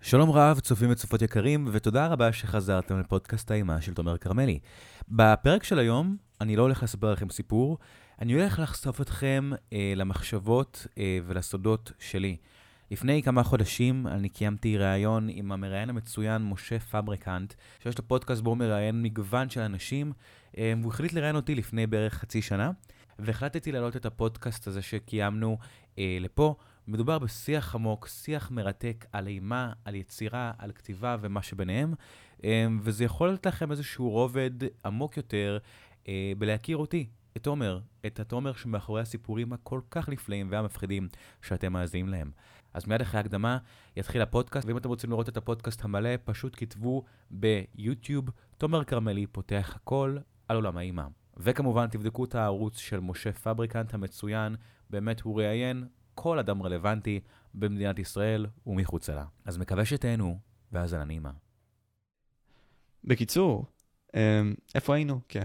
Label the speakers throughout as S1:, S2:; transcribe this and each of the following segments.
S1: שלום רב, צופים וצופות יקרים, ותודה רבה שחזרתם לפודקאסט האימה של תומר קרמלי. בפרק של היום, אני לא הולך לספר לכם סיפור, אני הולך לחשוף אתכם למחשבות ולסודות שלי. לפני כמה חודשים אני קיימתי ראיון עם המראיין המצוין משה פבריקנט, שיש לו פודקאסט בו הוא מראיין מגוון של אנשים, והוא החליט לראיין אותי לפני בערך חצי שנה, והחלטתי להעלות את הפודקאסט הזה שקיימנו לפה. מדובר בשיח עמוק, שיח מרתק על אימה, על יצירה, על כתיבה ומה שביניהם, וזה יכול לתת לכם איזשהו רובד עמוק יותר בלהכיר אותי, את תומר, את התומר שמאחורי הסיפורים הכל כך נפלאים והמפחידים שאתם מאזינים להם. אז מיד אחרי הקדמה יתחיל הפודקאסט, ואם אתם רוצים לראות את הפודקאסט המלא, פשוט כתבו ביוטיוב, תומר קרמלי פותח הכל על עולם האימה. וכמובן תבדקו את הערוץ של משה פבריקנט המצוין, באמת הוא ראיין כל אדם רלוונטי במדינת ישראל ומחוצה לה. אז מקווה שתהנו, והאזנה נעימה.
S2: בקיצור, איפה היינו? כן.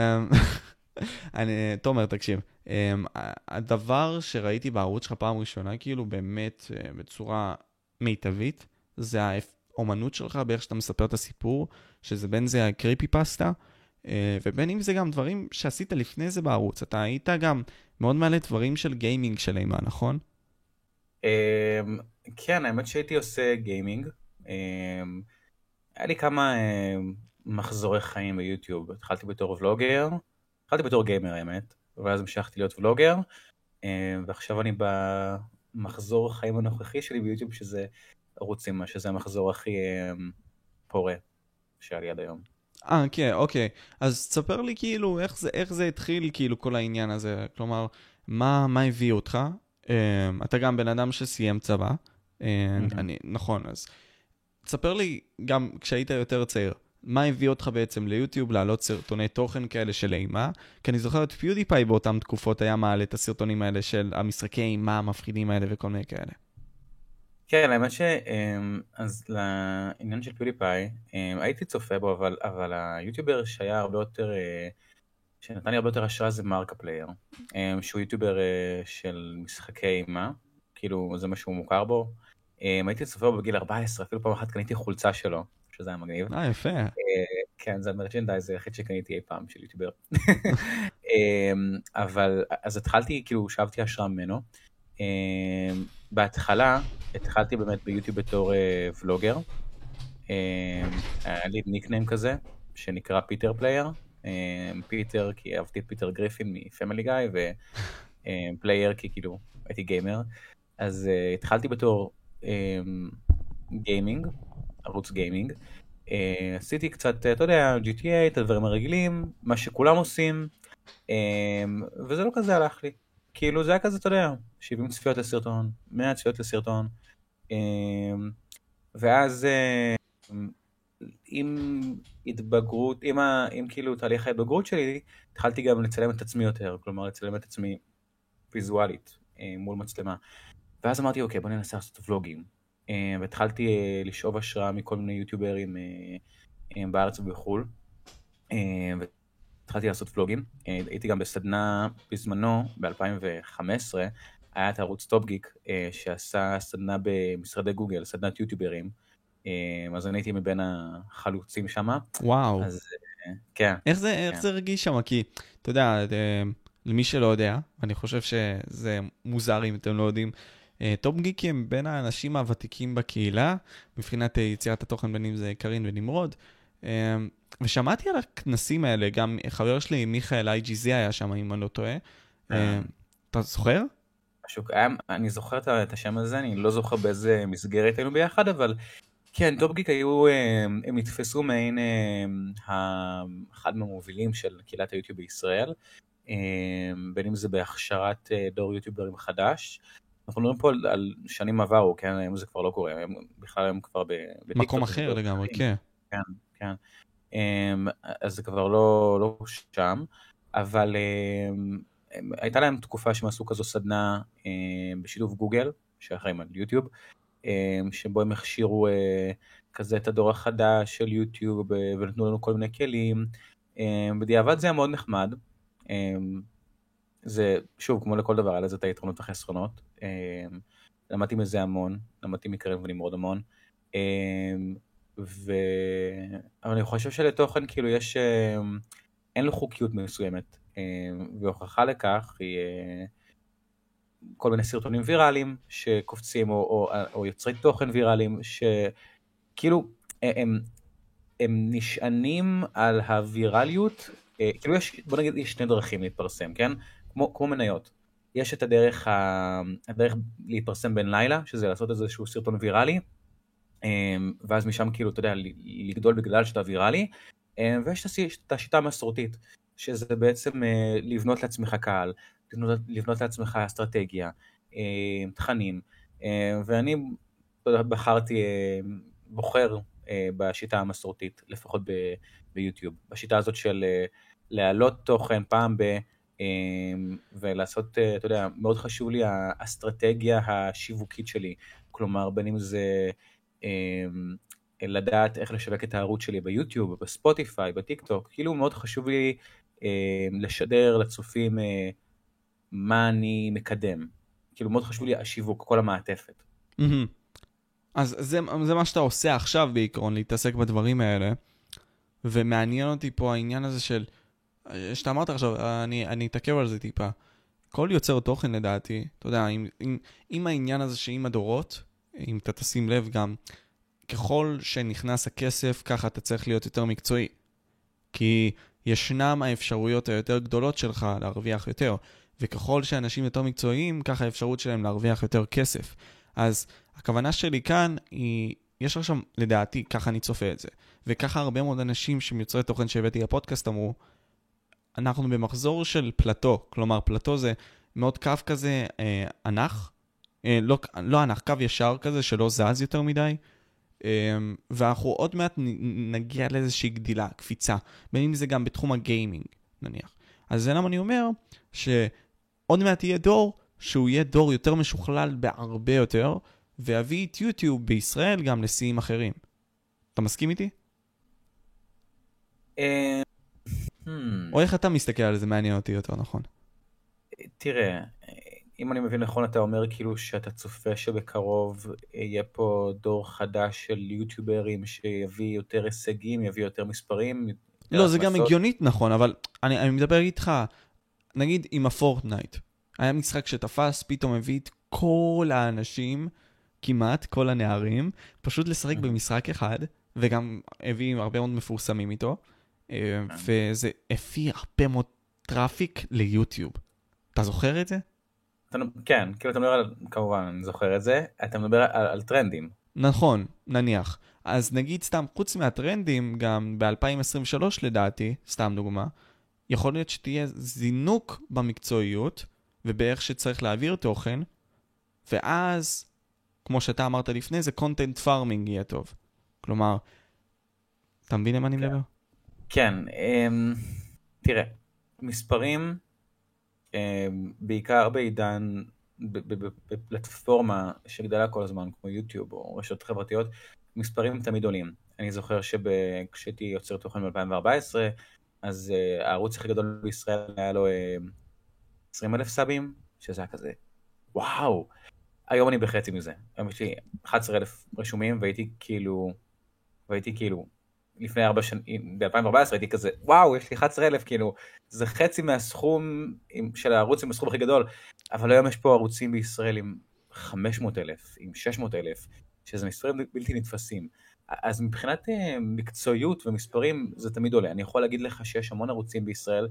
S2: תומר, תקשיב, הדבר שראיתי בערוץ שלך פעם ראשונה, כאילו באמת בצורה מיטבית, זה האומנות שלך באיך שאתה מספר את הסיפור, שזה בין זה הקריפי פסטה, ובין אם זה גם דברים שעשית לפני זה בערוץ. אתה היית גם מאוד מעלה דברים של גיימינג של אימה, נכון?
S3: כן, האמת שהייתי עושה גיימינג. היה לי כמה מחזורי חיים ביוטיוב. התחלתי בתור ולוגר, התחלתי בתור גיימר האמת, ואז המשכתי להיות ולוגר, ועכשיו אני במחזור החיים הנוכחי שלי ביוטיוב, שזה ערוץ אימה, שזה המחזור הכי פורה שהיה לי עד היום.
S2: כן, אוקיי. אז תספר לי כאילו איך זה התחיל כאילו כל העניין הזה, כלומר, מה הביא אותך? אתה גם בן אדם שסיים צבא, נכון, אז תספר לי גם כשהיית יותר צעיר, מה הביא אותך בעצם ליוטיוב להעלות סרטוני תוכן כאלה של אימה? כי אני זוכר את פיודיפיי באותם תקופות היה מעלה את הסרטונים האלה של המשחקי אימה המפחידים האלה וכל מיני כאלה.
S3: כן, האמת אז לעניין של פיודיפיי, הייתי צופה בו, אבל היוטיובר שהיה הרבה יותר, שנתן לי הרבה יותר השראה זה מרקפלייר, שהוא יוטיובר של משחקי אימה, כאילו זה מה שהוא מוכר בו. הייתי צופה בו בגיל 14, אפילו פעם אחת קניתי חולצה שלו, שזה היה מגניב.
S2: יפה.
S3: כן, זה המרצ'נדייז, זה היחיד שקניתי אי פעם של יוטיובר. אבל אז התחלתי, כאילו שבתי השראה ממנו. בהתחלה התחלתי באמת ביוטיוב בתור ולוגר. היה לי ניקניים כזה, שנקרא פיטר פלייר. פיטר, כי אהבתי את פיטר גריפין מפמילי גאי, ופלייר כי כאילו הייתי גיימר. אז התחלתי בתור גיימינג, ערוץ גיימינג. עשיתי קצת, אתה יודע, GTA, את הדברים הרגילים, מה שכולם עושים, וזה לא כזה הלך לי. כאילו זה היה כזה, אתה יודע, 70 צפיות לסרטון, 100 צפיות לסרטון, ואז עם התבגרות, עם כאילו תהליך ההתבגרות שלי, התחלתי גם לצלם את עצמי יותר, כלומר לצלם את עצמי ויזואלית מול מצלמה. ואז אמרתי, אוקיי, בוא ננסה לעשות ולוגים. והתחלתי לשאוב השראה מכל מיני יוטיוברים בארץ ובחול. והתחלתי לעשות ולוגים. הייתי גם בסדנה בזמנו, ב-2015, היה את ערוץ טופ גיק, שעשה סדנה במשרדי גוגל, סדנת יוטיוברים. אז אני הייתי מבין החלוצים שם.
S2: וואו.
S3: אז כן.
S2: איך זה הרגיש שם? כי, אתה יודע, למי שלא יודע, אני חושב שזה מוזר אם אתם לא יודעים, טופ גיק הם בין האנשים הוותיקים בקהילה, מבחינת יצירת התוכן בין אם זה קרין ונמרוד, ושמעתי על הכנסים האלה, גם חבר שלי מיכאל IGZ היה שם, אם אני לא טועה. אתה זוכר?
S3: אני זוכר את השם הזה, אני לא זוכר באיזה מסגרת היינו ביחד, אבל כן, טופ גיק היו, הם נתפסו מעין אחד מהמובילים של קהילת היוטיוב בישראל, בין אם זה בהכשרת דור יוטיוברים חדש. אנחנו מדברים פה על שנים עברו, כן, היום זה כבר לא קורה, בכלל היום כבר
S2: מקום אחר לגמרי, כן.
S3: כן, כן. אז זה כבר לא שם, אבל הייתה להם תקופה שהם עשו כזו סדנה בשיתוף גוגל, שאחראים על יוטיוב, שבו הם הכשירו כזה את הדור החדש של יוטיוב, ונתנו לנו כל מיני כלים. בדיעבד זה היה מאוד נחמד. זה, שוב, כמו לכל דבר, היה לזה את היתרונות והחסרונות. למדתי מזה המון, למדתי מקרב ונמרוד המון. אבל אני חושב שלתוכן כאילו יש, אין לו חוקיות מסוימת, והוכחה לכך היא כל מיני סרטונים ויראליים שקופצים, או יוצרי תוכן ויראליים, שכאילו הם נשענים על הווירליות, כאילו יש, בוא נגיד, יש שני דרכים להתפרסם, כן? כמו מניות. יש את הדרך להתפרסם בין לילה, שזה לעשות איזשהו סרטון ויראלי, ואז משם כאילו, אתה יודע, לגדול בגלל שאתה ויראלי, ויש את השיטה המסורתית, שזה בעצם לבנות לעצמך קהל, לבנות לעצמך אסטרטגיה, תכנים, ואני בוחר בשיטה המסורתית, לפחות ביוטיוב, בשיטה הזאת של להעלות תוכן פעם ולעשות, אתה יודע, מאוד חשוב לי האסטרטגיה השיווקית שלי, כלומר, בין אם זה לדעת איך לשווק את הערוץ שלי ביוטיוב, בספוטיפיי, בטיק טוק, כאילו מאוד חשוב לי לשדר לצופים מה אני מקדם, כאילו מאוד חשוב לי השיווק, כל המעטפת.
S2: אז זה מה שאתה עושה עכשיו בעיקרון, להתעסק בדברים האלה, ומעניין אותי פה העניין הזה של, שאתה אמרת עכשיו, אני אתעכב על זה טיפה, כל יוצר תוכן לדעתי, אתה יודע, עם העניין הזה שעם הדורות, אם אתה תשים לב גם, ככל שנכנס הכסף, ככה אתה צריך להיות יותר מקצועי. כי ישנם האפשרויות היותר גדולות שלך להרוויח יותר, וככל שאנשים יותר מקצועיים, ככה האפשרות שלהם להרוויח יותר כסף. אז הכוונה שלי כאן היא, יש עכשיו, לדעתי, ככה אני צופה את זה. וככה הרבה מאוד אנשים שמיוצרי תוכן שהבאתי לפודקאסט אמרו, אנחנו במחזור של פלטו, כלומר פלטו זה מאוד קו כזה ענך, לא ענך, קו ישר כזה שלא זז יותר מדי, ואנחנו עוד מעט נגיע לאיזושהי גדילה, קפיצה, בין אם זה גם בתחום הגיימינג נניח. אז זה למה אני אומר שעוד מעט יהיה דור שהוא יהיה דור יותר משוכלל בהרבה יותר, ויביא את יוטיוב בישראל גם לשיאים אחרים. אתה מסכים איתי? או איך אתה מסתכל על זה? מעניין אותי יותר, נכון?
S3: תראה, אם אני מבין נכון, אתה אומר כאילו שאתה צופה שבקרוב יהיה פה דור חדש של יוטיוברים שיביא יותר הישגים, יביא יותר מספרים.
S2: לא, זה גם הגיונית נכון, אבל אני מדבר איתך, נגיד עם הפורטנייט, היה משחק שתפס, פתאום הביא את כל האנשים, כמעט כל הנערים, פשוט לשחק במשחק אחד, וגם הביא הרבה מאוד מפורסמים איתו, וזה הביא הרבה מאוד טראפיק ליוטיוב. אתה זוכר את זה?
S3: כן, כאילו אתה מדבר על, כמובן, אני זוכר את זה, אתה מדבר על טרנדים.
S2: נכון, נניח. אז נגיד סתם, חוץ מהטרנדים, גם ב-2023 לדעתי, סתם דוגמה, יכול להיות שתהיה זינוק במקצועיות, ובאיך שצריך להעביר תוכן, ואז, כמו שאתה אמרת לפני, זה content farming יהיה טוב. כלומר, אתה מבין למה אני מדבר?
S3: כן, תראה, מספרים, בעיקר בעידן, בפלטפורמה שגדלה כל הזמן, כמו יוטיוב או רשתות חברתיות, מספרים תמיד עולים. אני זוכר שכשהייתי יוצר תוכן ב-2014, אז הערוץ הכי גדול בישראל היה לו 20,000 סאבים, שזה היה כזה, וואו. היום אני בחצי מזה. היום יש לי 11,000 רשומים, והייתי כאילו, לפני 4 שנים, ב-2014 הייתי כזה, וואו, יש לי 11,000, כאילו, זה חצי מהסכום של הערוץ עם הסכום הכי גדול, אבל היום יש פה ערוצים בישראל עם 500,000, עם 600,000, שזה מספרים בלתי נתפסים. אז מבחינת מקצועיות ומספרים, זה תמיד עולה. אני יכול להגיד לך שיש המון ערוצים בישראל,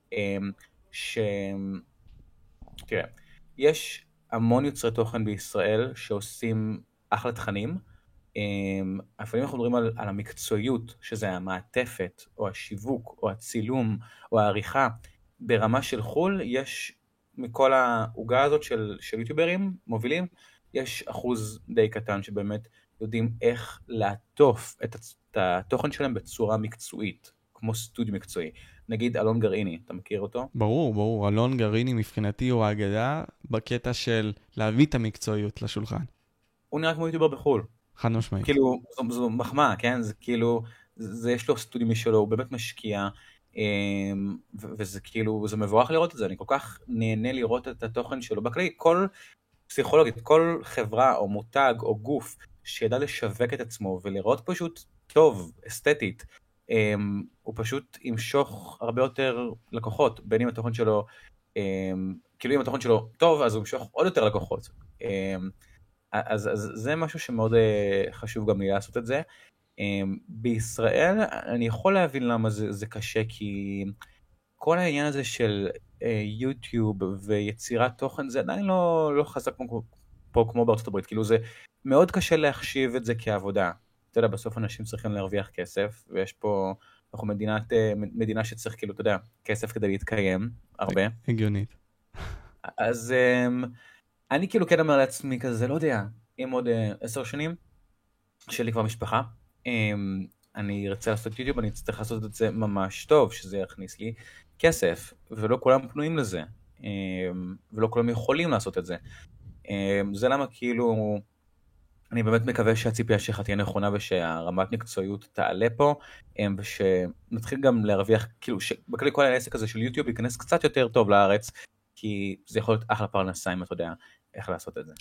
S3: תראה, יש המון יוצרי תוכן בישראל שעושים אחלה תכנים, אפילו אנחנו מדברים על המקצועיות, שזה המעטפת, או השיווק, או הצילום, או העריכה, ברמה של חול, יש מכל ההוגה הזאת של יוטיוברים מובילים, יש אחוז די קטן שבאמת יודעים איך לעטוף את התוכן שלהם בצורה מקצועית, כמו סטודיו מקצועי. נגיד אלון גרעיני, אתה מכיר אותו?
S2: ברור, אלון גרעיני מבחינתי הוא האגדה בקטע של להביא את המקצועיות לשולחן.
S3: הוא נראה כמו יוטיובר בחול.
S2: חד משמעית.
S3: כאילו, זו מחמאה, כן? זה כאילו, יש לו סטודיו משלו, הוא באמת משקיע, וזה כאילו, זה מבורך לראות את זה, אני כל כך נהנה לראות את התוכן שלו. בכלי, כל פסיכולוגית, כל חברה או מותג או גוף שידע לשווק את עצמו ולראות פשוט טוב, אסתטית, הוא פשוט ימשוך הרבה יותר לקוחות, בין אם התוכן שלו, כאילו אם התוכן שלו טוב, אז הוא ימשוך עוד יותר לקוחות. אז זה משהו שמאוד חשוב גם לי לעשות את זה. בישראל אני יכול להבין למה זה קשה, כי כל העניין הזה של יוטיוב ויצירת תוכן זה עדיין לא חזק פה כמו בארצות הברית, כאילו זה מאוד קשה להחשיב את זה כעבודה. אתה יודע, בסוף אנשים צריכים להרוויח כסף, ויש פה, אנחנו מדינה שצריך כאילו, אתה יודע, כסף כדי להתקיים, הרבה.
S2: הגיונית.
S3: אז אני כאילו כן אומר לעצמי כזה, לא יודע, אם עוד 10 שנים, שלי כבר משפחה, אני ארצה לעשות יוטיוב, אני אצטרך לעשות את זה ממש טוב, שזה יכניס לי כסף, ולא כולם פנויים לזה, ולא כולם יכולים לעשות את זה. זה למה כאילו, אני באמת מקווה שהציפייה שלך תהיה נכונה, ושהרמת מקצועיות תעלה פה, ושנתחיל גם להרוויח, כאילו, שבכלי כל העסק הזה של יוטיוב ייכנס קצת יותר טוב לארץ, כי זה יכול להיות אחלה פרנסה, אם אתה יודע איך לעשות את זה.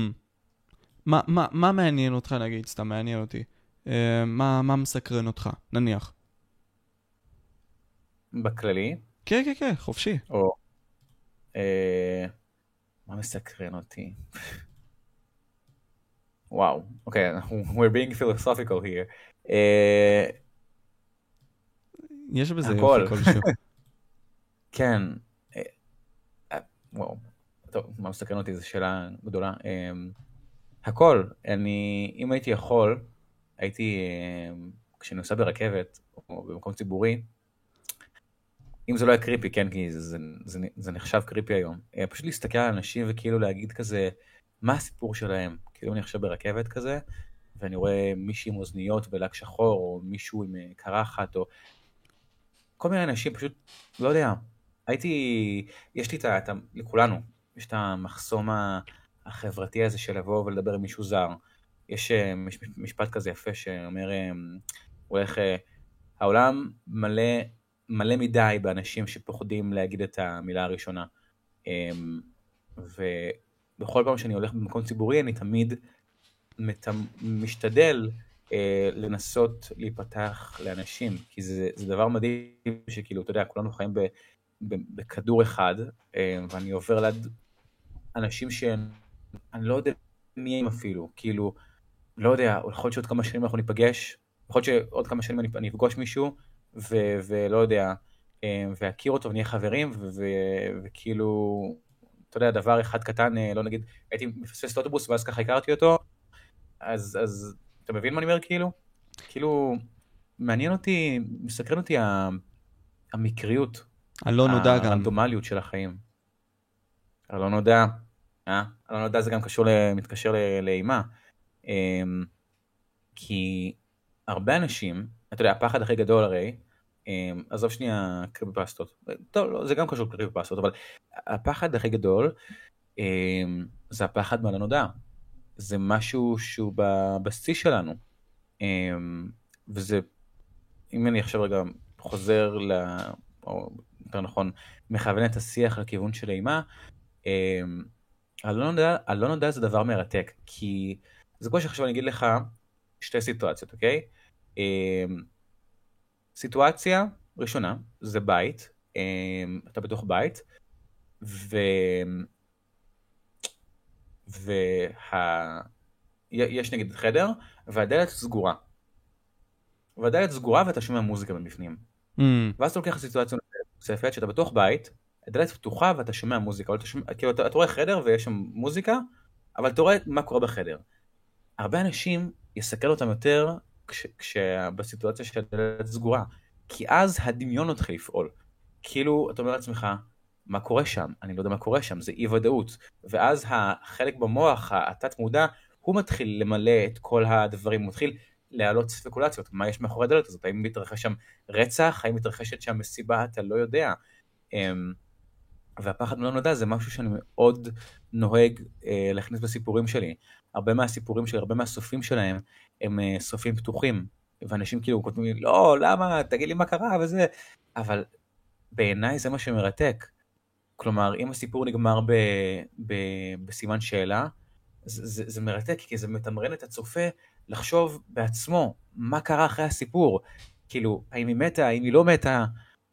S2: מה מעניין אותך, נגיד, סתם מעניין אותי? מה מסקרן אותך, נניח?
S3: בכללי?
S2: כן, חופשי.
S3: או, מה מסקרן אותי? וואו, אוקיי, we're being philosophical here.
S2: יש בזה יופי כלשהו.
S3: כן, וואו, טוב, מה מסקרן אותי, זו שאלה גדולה. הכל, אם הייתי יכול, כשאני נוסע ברכבת, או במקום ציבורי, אם זה לא היה קריפי, כן, כי זה נחשב קריפי היום, פשוט להסתכל על אנשים וכאילו להגיד כזה, מה הסיפור שלהם? כאילו אני עכשיו ברכבת כזה, ואני רואה מישהי עם אוזניות ולק שחור, או מישהו עם קרחת, או כל מיני אנשים, פשוט, לא יודע, יש לי לכולנו, יש את המחסום החברתי הזה של לבוא ולדבר עם מישהו זר. יש משפט כזה יפה שאומר, הוא הולך, העולם מלא מדי באנשים שפוחדים להגיד את המילה הראשונה. ובכל פעם שאני הולך במקום ציבורי, אני תמיד משתדל לנסות להיפתח לאנשים, כי זה דבר מדהים שכאילו, אתה יודע, כולנו חיים בכדור אחד, ואני עובר ליד אנשים שאני לא יודע מי הם אפילו, כאילו, לא יודע, יכול להיות שעוד כמה שנים אנחנו ניפגש, יכול להיות שעוד כמה שנים אני אפגוש מישהו, ולא יודע, והכיר אותו ונהיה חברים, וכאילו, אתה יודע, דבר אחד קטן, לא נגיד, הייתי מפספס לאוטובוס, ואז ככה הכרתי אותו, אז אתה מבין מה אני אומר, כאילו, מעניין אותי, מסקרן אותי המקריות,
S2: הלא נודע גם.
S3: הרנדומליות של החיים. הלא נודע, הלא נודע זה גם מתקשר לאימה, כי הרבה אנשים, אתה יודע, הפחד הכי גדול הרי, עזוב שנייה קריפי-פסטות, טוב, לא, זה גם קשור לקריפי-פסטות, אבל הפחד הכי גדול, זה הפחד מהלא נודע. זה משהו שהוא בשיא שלנו, וזה, אם אני עכשיו רגע חוזר, או יותר נכון, מכוון את השיח לכיוון של אימה, הלא נודע זה דבר מרתק, כי זה כמו שעכשיו אני אגיד לך שתי סיטואציות, אוקיי? סיטואציה ראשונה, זה בית, אתה בתוך בית, יש נגיד חדר, והדלת סגורה. והדלת סגורה ואתה שומע מוזיקה מבפנים. ואז אתה לוקח סיטואציה נוספת, שאתה בתוך בית, הדלת פתוחה ואתה שומע מוזיקה, כאילו אתה רואה חדר ויש שם מוזיקה, אבל אתה רואה מה קורה בחדר. הרבה אנשים יסקל אותם יותר בסיטואציה שהדלת סגורה, כי אז הדמיון מתחיל לפעול. כאילו, אתה אומר לעצמך, מה קורה שם? אני לא יודע מה קורה שם, זה אי ודאות. ואז החלק במוח, התת מודע, הוא מתחיל למלא את כל הדברים, הוא מתחיל להעלות ספקולציות, מה יש מאחורי הדלת הזאת? האם מתרחש שם רצח? האם מתרחשת שם מסיבה? אתה לא יודע. והפחד לא נודע זה משהו שאני מאוד נוהג להכניס בסיפורים שלי. הרבה מהסיפורים שלי, הרבה מהסופים שלהם, הם סופים פתוחים, ואנשים כאילו כותבים לי, לא, למה? תגיד לי מה קרה וזה. אבל בעיניי זה מה שמרתק. כלומר, אם הסיפור נגמר בסימן שאלה, זה מרתק, כי זה מתמרן את הצופה לחשוב בעצמו מה קרה אחרי הסיפור. כאילו, האם היא מתה, האם היא לא מתה.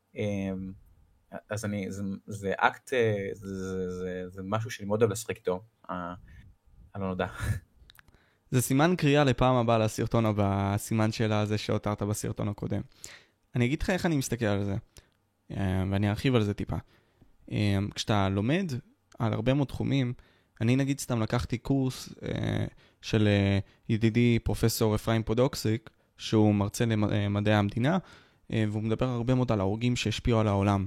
S3: אז זה אקט, זה משהו שאני מאוד אוהב לשחק איתו, הלא נודע.
S2: זה סימן קריאה לפעם הבאה לסרטון הבא, הסימן שאלה הזה שהותרת בסרטון הקודם. אני אגיד לך איך אני מסתכל על זה, ואני ארחיב על זה טיפה. כשאתה לומד על הרבה מאוד תחומים, אני נגיד סתם לקחתי קורס של ידידי פרופסור אפרים פודוקסיק, שהוא מרצה למדעי המדינה, והוא מדבר הרבה מאוד על ההורגים שהשפיעו על העולם.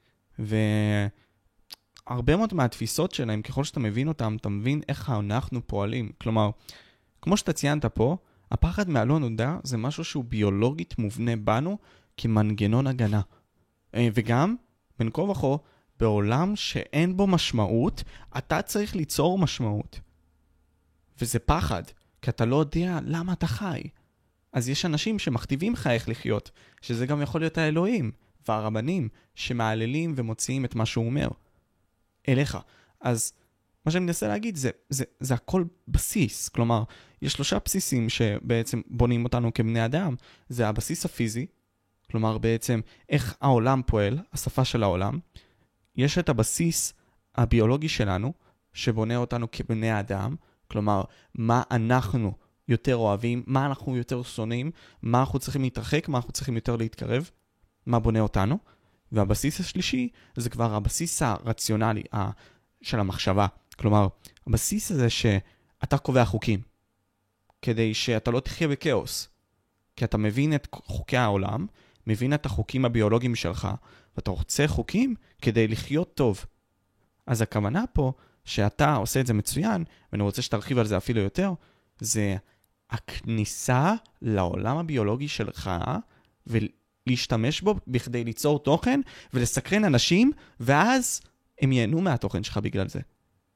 S2: והרבה מאוד מהתפיסות שלהם, ככל שאתה מבין אותם, אתה מבין איך אנחנו פועלים. כלומר, כמו שאתה ציינת פה, הפחד מהלא נודע זה משהו שהוא ביולוגית מובנה בנו כמנגנון הגנה. וגם, בין כה וכה, בעולם שאין בו משמעות, אתה צריך ליצור משמעות. וזה פחד, כי אתה לא יודע למה אתה חי. אז יש אנשים שמכתיבים לך איך לחיות, שזה גם יכול להיות האלוהים והרבנים שמעללים ומוציאים את מה שהוא אומר אליך. אז מה שאני מנסה להגיד זה הכל בסיס. כלומר, יש 3 בסיסים שבעצם בונים אותנו כבני אדם. זה הבסיס הפיזי, כלומר בעצם איך העולם פועל, השפה של העולם. יש את הבסיס הביולוגי שלנו, שבונה אותנו כבני אדם, כלומר, מה אנחנו יותר אוהבים, מה אנחנו יותר שונאים, מה אנחנו צריכים להתרחק, מה אנחנו צריכים יותר להתקרב, מה בונה אותנו. והבסיס השלישי זה כבר הבסיס הרציונלי של המחשבה. כלומר, הבסיס הזה שאתה קובע חוקים, כדי שאתה לא תחיה בקאוס, כי אתה מבין את חוקי העולם, מבין את החוקים הביולוגיים שלך, ואתה רוצה חוקים כדי לחיות טוב. אז הכוונה פה שאתה עושה את זה מצוין, ואני רוצה שתרחיב על זה אפילו יותר, זה הכניסה לעולם הביולוגי שלך, ולהשתמש בו בכדי ליצור תוכן, ולסקרן אנשים, ואז הם ייהנו מהתוכן שלך בגלל זה.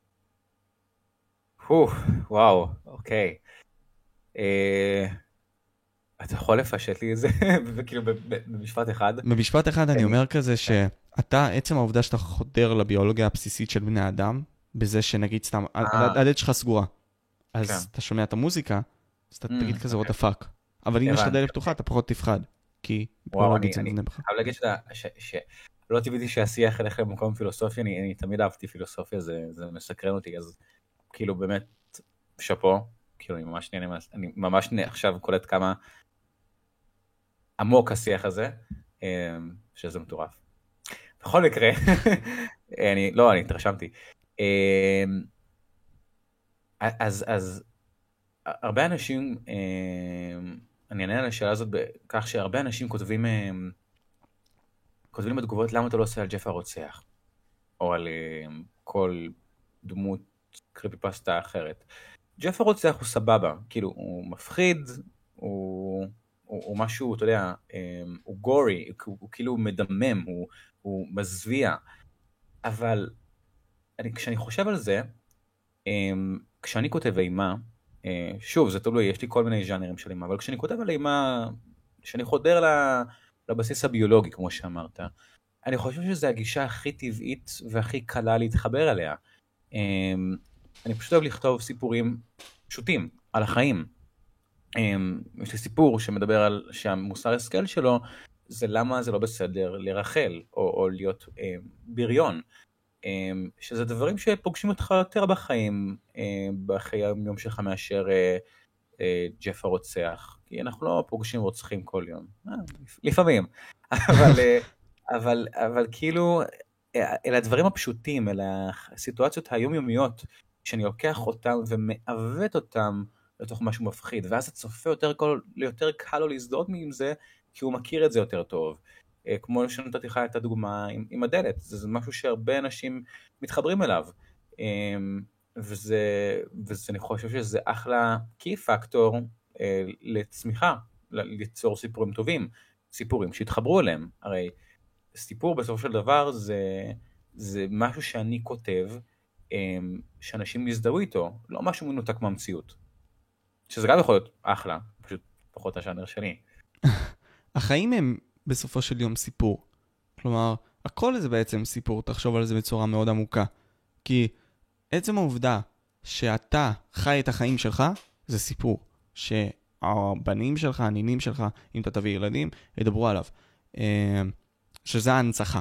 S3: וואו, אוקיי. אתה יכול לפשט לי את זה, וכאילו במשפט אחד?
S2: במשפט אחד אני אומר כזה שאתה, עצם העובדה שאתה חודר לביולוגיה הבסיסית של בני האדם, בזה שנגיד סתם, הדלת שלך סגורה, אז אתה שומע את המוזיקה, אז אתה תגיד כזה what the fuck. אבל אם יש את הדלת פתוחה, אתה פחות תפחד, כי ביולוגית זה מבנה בך.
S3: אני חייב להגיד שלא טבעיתי שהשיח ילך למקום פילוסופי, אני תמיד אהבתי פילוסופיה, זה מסקרן אותי, אז כאילו באמת שפו, כאילו אני ממש עכשיו קולט כמה עמוק השיח הזה, שזה מטורף. בכל מקרה, אני התרשמתי. אז הרבה אנשים, אני אענה על השאלה הזאת בכך שהרבה אנשים כותבים בתגובות למה אתה לא עושה על ג'ף הרוצח, או על כל דמות קריפיפסטה אחרת. ג'ף הרוצח הוא סבבה, כאילו הוא מפחיד, הוא משהו, אתה יודע, הוא גורי, הוא כאילו מדמם, הוא מזוויע, אבל כשאני חושב על זה, כשאני כותב אימה, שוב, זה תלוי, יש לי כל מיני ז'אנרים של אימה, אבל כשאני כותב על אימה, כשאני חודר לבסיס הביולוגי, כמו שאמרת, אני חושב שזו הגישה הכי טבעית והכי קלה להתחבר אליה. אני פשוט אוהב לכתוב סיפורים פשוטים על החיים. יש לי סיפור שמדבר על שהמוסר השכל שלו, זה למה זה לא בסדר לרחל, או להיות בריון. שזה דברים שפוגשים אותך יותר בחיים, בחיי היום שלך מאשר ג'ף הרוצח. כי אנחנו לא פוגשים רוצחים כל יום. לפעמים. אבל כאילו, אלה הדברים הפשוטים, אלה הסיטואציות היומיומיות, שאני לוקח אותם ומעוות אותם לתוך משהו מפחיד, ואז הצופה יותר קל לו להזדהות עם זה, כי הוא מכיר את זה יותר טוב. כמו שנתתי לך את הדוגמה עם הדלת, זה משהו שהרבה אנשים מתחברים אליו, אני חושב שזה אחלה קי פקטור לצמיחה, ליצור סיפורים טובים, סיפורים שהתחברו אליהם. הרי סיפור בסופו של דבר זה משהו שאני כותב, שאנשים יזדהו איתו, לא משהו מנותק מהמציאות. שזה גם יכול להיות אחלה, פשוט פחות השאנר שלי.
S2: החיים הם בסופו של יום סיפור. כלומר, הכל זה בעצם סיפור, תחשוב על זה בצורה מאוד עמוקה. כי עצם העובדה שאתה חי את החיים שלך, זה סיפור. שהבנים שלך, הנינים שלך, אם אתה תביא ילדים, ידברו עליו. שזה ההנצחה.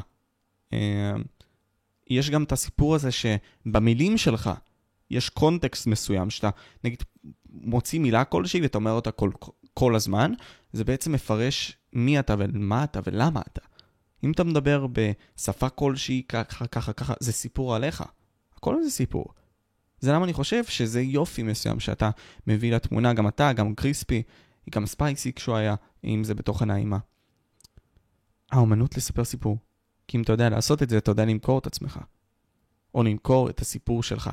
S2: יש גם את הסיפור הזה שבמילים שלך יש קונטקסט מסוים, שאתה נגיד מוציא מילה כלשהי ואתה אומר אותה כל הזמן, זה בעצם מפרש מי אתה ומה אתה ולמה אתה. אם אתה מדבר בשפה כלשהי ככה, זה סיפור עליך. הכל זה סיפור. זה למה אני חושב שזה יופי מסוים שאתה מביא לתמונה, גם אתה, גם קריספי, גם ספייסי כשהוא היה, אם זה בתוך הנעימה. האומנות לספר סיפור. כי אם אתה יודע לעשות את זה, אתה יודע למכור את עצמך. או למכור את הסיפור שלך.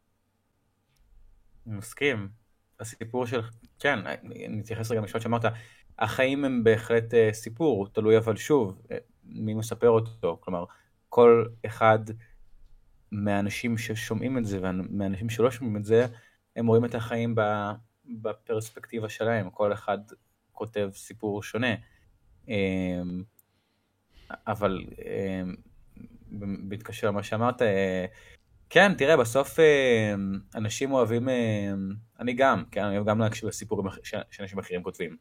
S3: אני מסכים. הסיפור של... כן, אני אתייחס רגע משפט שאמרת. החיים הם בהחלט סיפור, תלוי אבל שוב, מי מספר אותו. כלומר, כל אחד מהאנשים ששומעים את זה, ומהאנשים שלא שומעים את זה, הם רואים את החיים בפרספקטיבה שלהם. כל אחד כותב סיפור שונה. אבל בהתקשר למה שאמרת, כן, תראה, בסוף אנשים אוהבים, אני גם, כן, אני אוהב גם להקשיב לסיפורים שאנשים אחרים כותבים.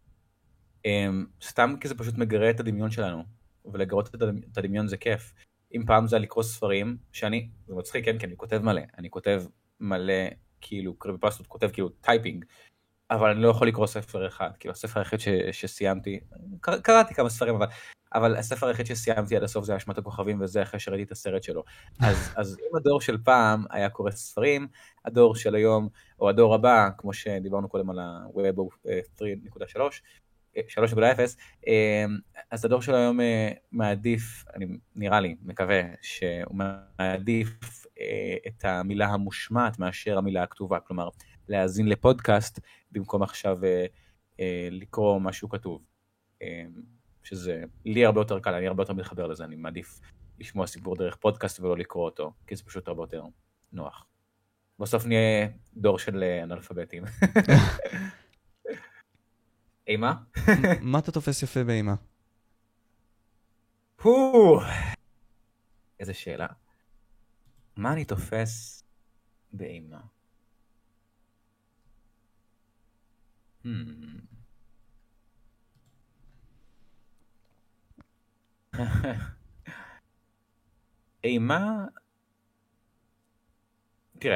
S3: סתם כי זה פשוט מגרה את הדמיון שלנו, ולגרות את הדמיון זה כיף. אם פעם זה לקרוא ספרים, שאני, זה מצחיק, כן, כי אני כותב מלא, אני כותב מלא, כאילו, קריפטפסטות, כותב כאילו טייפינג, אבל אני לא יכול לקרוא ספר אחד, כאילו הספר היחיד שסיימתי, קראתי כמה ספרים, אבל הספר היחיד שסיימתי עד הסוף זה אשמת הכוכבים, וזה אחרי שראיתי את הסרט שלו. אז אם הדור של פעם היה קורא ספרים, הדור של היום, או הדור הבא, כמו שדיברנו קודם על ה-Web 3.3, 3.0, אז הדור של היום מעדיף, אני נראה לי, מקווה, שהוא מעדיף את המילה המושמעת מאשר המילה הכתובה, כלומר, להאזין לפודקאסט במקום עכשיו לקרוא משהו כתוב. שזה לי הרבה יותר קל, אני הרבה יותר מתחבר לזה, אני מעדיף לשמוע סיפור דרך פודקאסט ולא לקרוא אותו, כי זה פשוט הרבה יותר נוח. בסוף נהיה דור של אנאלפביתים. אימה?
S2: מה אתה תופס יפה באימה?
S3: איזה שאלה. מה אני תופס באימה? אימה, תראה,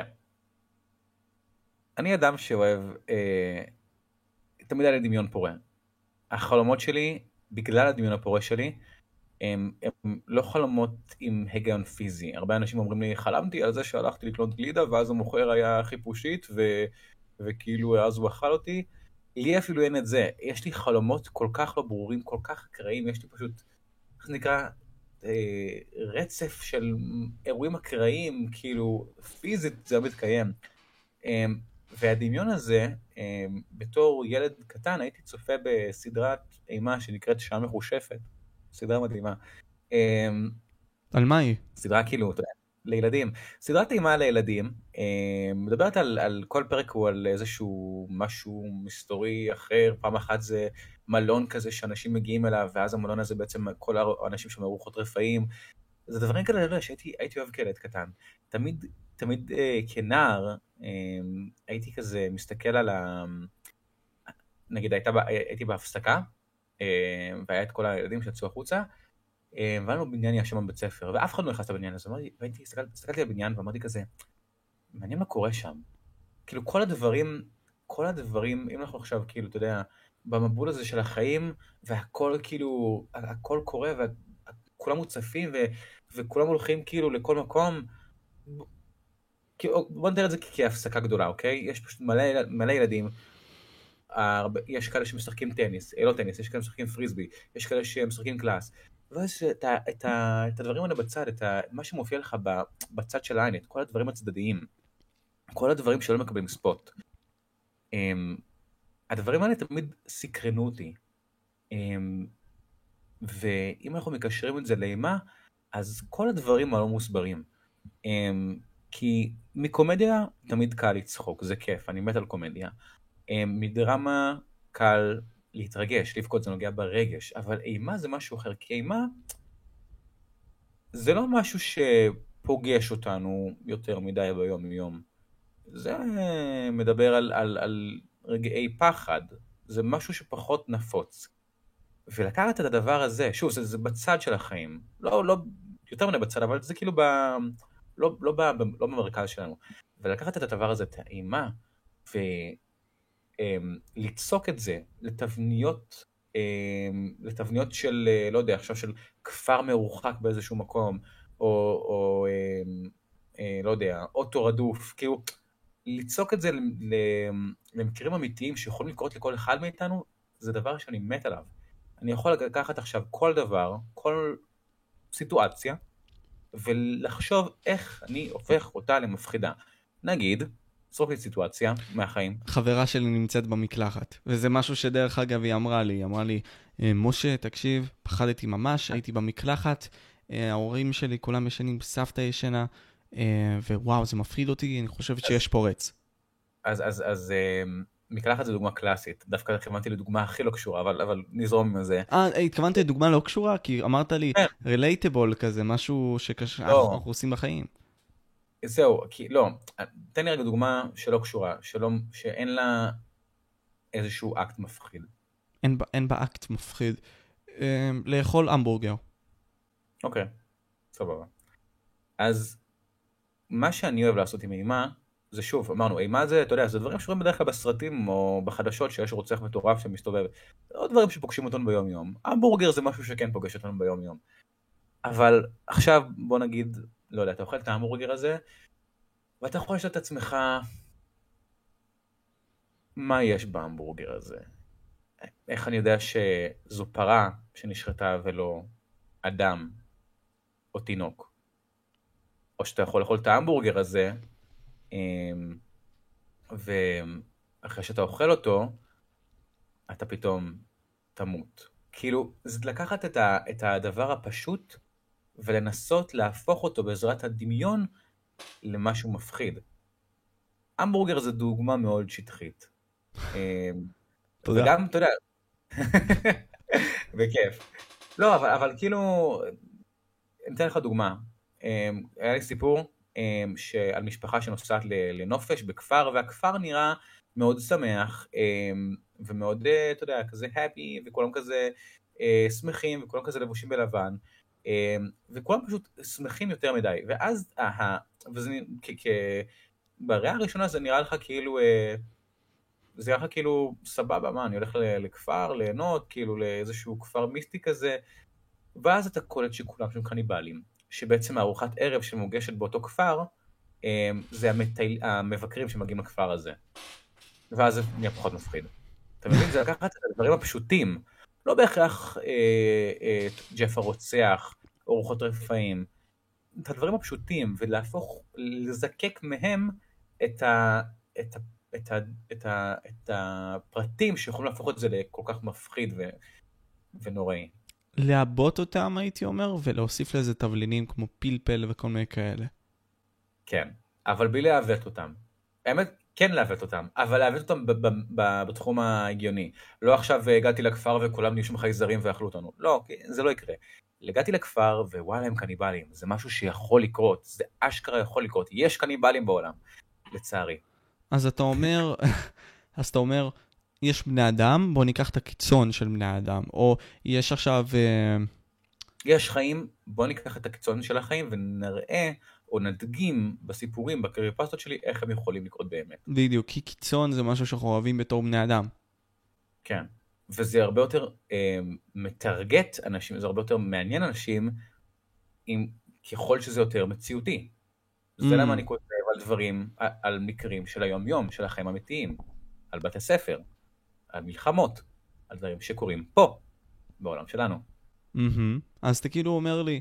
S3: אני אדם שאוהב, תמיד היה לי דמיון פורה. החלומות שלי, בגלל הדמיון הפורה שלי, הם לא חלומות עם היגיון פיזי. הרבה אנשים אומרים לי, חלמתי על זה שהלכתי לקנות גלידה, ואז המוכר היה חיפושית, וכאילו אז הוא אכל אותי. לי אפילו אין את זה. יש לי חלומות כל כך לא ברורים, כל כך אקראיים, יש לי פשוט, איך זה נקרא, רצף של אירועים אקראיים, כאילו פיזית זה לא מתקיים. והדמיון הזה, בתור ילד קטן, הייתי צופה בסדרת אימה שנקראת שעה מחושפת. סדרה מדהימה.
S2: על מה היא?
S3: סדרה כאילו, אתה יודע, לילדים. סדרת אימה לילדים, מדברת על כל פרק הוא על איזשהו משהו מסתורי אחר, פעם אחת זה מלון כזה שאנשים מגיעים אליו, ואז המלון הזה בעצם כל האנשים שם ארוחות רפאים, זה דברים כאלה שהייתי אוהב כילד קטן. תמיד כנער, הייתי כזה מסתכל על נגיד הייתי בהפסקה, והיה את כל הילדים שיצאו החוצה, והיה לנו בניין ישם בבית ספר, ואף אחד לא נכנס לבניין הזה, הסתכלתי על הבניין ואמרתי כזה, מעניין מה קורה שם. כאילו כל הדברים, אם אנחנו עכשיו כאילו, אתה יודע, במבול הזה של החיים, והכל כאילו, הכל קורה, וכולם מוצפים, וכולם הולכים כאילו לכל מקום, בוא נתאר את זה כהפסקה גדולה, אוקיי? יש פשוט מלא ילדים, יש כאלה שמשחקים טניס, לא טניס, יש כאלה שמשחקים פריסבי, יש כאלה שמשחקים קלאס, ויש את הדברים האלה בצד, מה שמופיע לך בצד של העין, את כל הדברים הצדדיים, כל הדברים שלא מקבלים ספוט. הדברים האלה תמיד סקרנו אותי, ואם אנחנו מקשרים את זה לאימה, אז כל הדברים הלא מוסברים, כי מקומדיה תמיד קל לצחוק, זה כיף, אני מת על קומדיה. מדרמה קל להתרגש, לבכות זה נוגע ברגש, אבל אימה זה משהו אחר, כי אימה זה לא משהו שפוגש אותנו יותר מדי ביום יום. זה מדבר על רגעי פחד, זה משהו שפחות נפוץ. ולקחת את הדבר הזה, שוב, זה בצד של החיים, לא יותר מדי בצד, אבל זה כאילו לא במרכז שלנו. ולקחת את הדבר הזה, את האימה, וליצוק את זה לתבניות של, לא יודע, עכשיו של כפר מרוחק באיזשהו מקום, או לא יודע, אוטו רדוף, כאילו, ליצוק את זה למקרים אמיתיים שיכולים לקרות לכל אחד מאיתנו, זה דבר שאני מת עליו. אני יכול לקחת עכשיו כל דבר, כל סיטואציה, ולחשוב איך אני הופך אותה למפחידה. נגיד, זרוק לי סיטואציה מהחיים.
S2: חברה שלי נמצאת במקלחת, וזה משהו שדרך אגב היא אמרה לי, משה, תקשיב, פחדתי ממש, הייתי במקלחת, ההורים שלי כולם ישנים, סבתא ישנה, ווואו, זה מפחיד אותי, אני חושבת שיש פורץ.
S3: אז מקלחת זה דוגמה קלאסית, דווקא כיוונתי לדוגמה הכי לא קשורה, אבל נזרום מזה.
S2: התכוונת לדוגמה לא קשורה? כי אמרת לי relatable כזה, משהו שאנחנו עושים בחיים.
S3: זהו, לא, תן לי רגע דוגמה שלא קשורה, שאין לה איזשהו אקט מפחיד.
S2: אין בה אקט מפחיד. לאכול המבורגר.
S3: אוקיי, סבבה. אז מה שאני אוהב לעשות עם אימה, זה שוב, אמרנו, אימה זה, אתה יודע, זה דברים שרואים בדרך כלל בסרטים או בחדשות שיש רוצח מטורף שמסתובב. זה עוד דברים שפוגשים אותנו ביום יום. המבורגר זה משהו שכן פוגש אותנו ביום יום. אבל עכשיו בוא נגיד, לא יודע, אתה אוכל את ההמבורגר הזה, ואתה יכול לשאול את עצמך, מה יש בהמבורגר הזה? איך אני יודע שזו פרה שנשחטה ולא אדם או תינוק? או שאתה יכול לאכול את ההמבורגר הזה, ואחרי שאתה אוכל אותו, אתה פתאום תמות. כאילו, זה לקחת את הדבר הפשוט, ולנסות להפוך אותו בעזרת הדמיון למשהו מפחיד. המבורגר זה דוגמה מאוד שטחית.
S2: תודה.
S3: וגם, אתה יודע, בכיף. לא, אבל כאילו, אני אתן לך דוגמה. היה לי סיפור על משפחה שנוסעת לנופש בכפר, והכפר נראה מאוד שמח, ומאוד, אתה יודע, כזה happy, וכולם כזה שמחים, וכולם כזה לבושים בלבן, וכולם פשוט שמחים יותר מדי. ואז, בריאה הראשונה זה נראה לך כאילו, זה נראה לך כאילו סבבה, מה, אני הולך לכפר, ליהנות, כאילו לאיזשהו כפר מיסטי כזה, ואז אתה קולט שכולם שם קניבלים, שבעצם הארוחת ערב שמוגשת באותו כפר, זה המבקרים שמגיעים לכפר הזה. ואז זה נהיה פחות מפחיד. אתה מבין? זה לקחת את הדברים הפשוטים, לא בהכרח ג'ף הרוצח, ארוחות רפאים, את הדברים הפשוטים, ולהפוך, לזקק מהם את הפרטים שיכולים להפוך את זה לכל כך מפחיד ונוראי.
S2: לעבות אותם, הייתי אומר, ולהוסיף לזה תבלינים כמו פלפל וכל מיני כאלה.
S3: כן, אבל בלי לעוות אותם. האמת, כן לעוות אותם, אבל לעוות אותם בתחום ההגיוני. לא עכשיו הגעתי לכפר וכולם נהיו שם חייזרים ואכלו אותנו. לא, זה לא יקרה. הגעתי לכפר ווואלה הם קניבלים. זה משהו שיכול לקרות, זה אשכרה יכול לקרות. יש קניבלים בעולם, לצערי.
S2: אז אתה אומר, יש בני אדם, בוא ניקח את הקיצון של בני אדם, או יש עכשיו...
S3: יש חיים, בוא ניקח את הקיצון של החיים ונראה או נדגים בסיפורים, בקריפסטות שלי, איך הם יכולים לקרות באמת.
S2: בדיוק, כי קיצון זה משהו שאנחנו אוהבים בתור בני אדם.
S3: כן, וזה הרבה יותר מטרגט אנשים, זה הרבה יותר מעניין אנשים, ככל שזה יותר מציאותי. זה למה אני כותב על דברים, על מקרים של היום-יום, של החיים אמיתיים, על בתי ספר, על מלחמות, על דברים שקורים פה, בעולם שלנו.
S2: אז אתה כאילו אומר לי,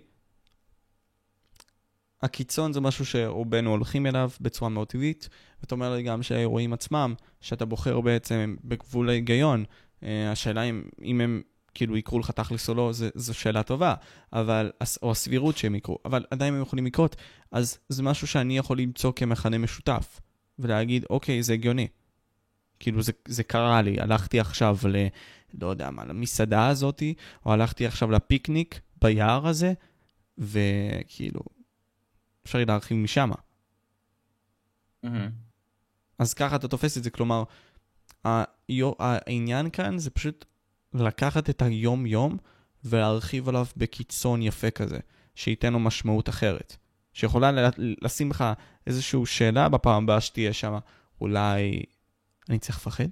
S2: הקיצון זה משהו שרובנו הולכים אליו בצורה מאוד טבעית, ואתה אומר לי גם שהאירועים עצמם, שאתה בוחר בעצם בגבול ההיגיון, השאלה אם הם כאילו יקרו לך תכלס או לא, זו שאלה טובה, אבל, או הסבירות שהם יקרו, אבל עדיין הם יכולים לקרות, אז זה משהו שאני יכול למצוא כמכנה משותף, ולהגיד, אוקיי, זה הגיוני. כאילו זה קרה לי, הלכתי עכשיו לא יודע מה, למסעדה הזאת, או הלכתי עכשיו לפיקניק ביער הזה, וכאילו, אפשר להרחיב משם. אז ככה אתה תופס את זה, כלומר, העניין כאן זה פשוט לקחת את היום-יום ולהרחיב עליו בקיצון יפה כזה, שייתן לו משמעות אחרת. שיכולה לשים לך איזושהי שאלה בפעם הבאה שתהיה שם, אולי אני צריך לפחד?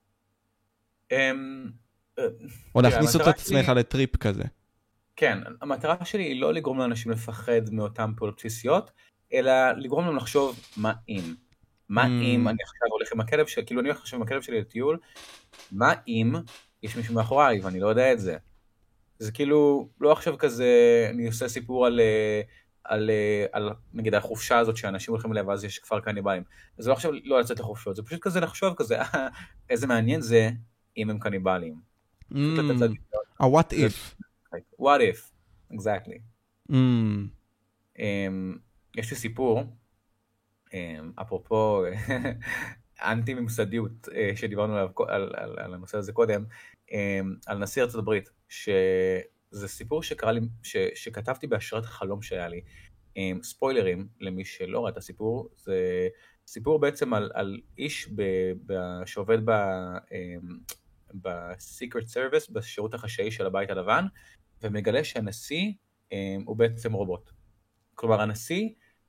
S2: או להכניס את עצמך לטריפ כזה.
S3: כן, המטרה שלי היא לא לגרום לאנשים לפחד מאותם פעולות בסיסיות, אלא לגרום להם לחשוב מה אם. מה אם אני עכשיו הולך עם הכלב שלי, כאילו אני הולך עכשיו עם הכלב שלי לטיול, מה אם יש מישהו מאחוריי ואני לא יודע את זה. זה כאילו, לא עכשיו כזה, אני עושה סיפור על נגיד החופשה הזאת שאנשים הולכים אליה ואז יש כפר קניבלים. זה לא עכשיו לא לצאת לחופשות, זה פשוט כזה לחשוב כזה, איזה מעניין זה אם הם קניבלים.
S2: A what if.
S3: What if, exactly. יש לי סיפור, אפרופו אנטי ממסדיות, שדיברנו על הנושא הזה קודם, על נשיא ארצות הברית, שזה סיפור שקרה לי, שכתבתי בהשראת החלום שהיה לי. ספוילרים למי שלא ראה את הסיפור, זה סיפור בעצם על איש שעובד בסיקרט סרוויס, בשירות החשאי של הבית הלבן, ומגלה שהנשיא הוא בעצם רובוט. כלומר, הנשיא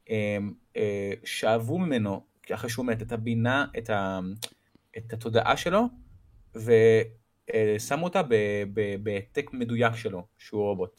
S3: שאבו ממנו, אחרי שהוא מת, את הבינה, את התודעה שלו, ושמו אותה בהעתק מדויק שלו, שהוא רובוט.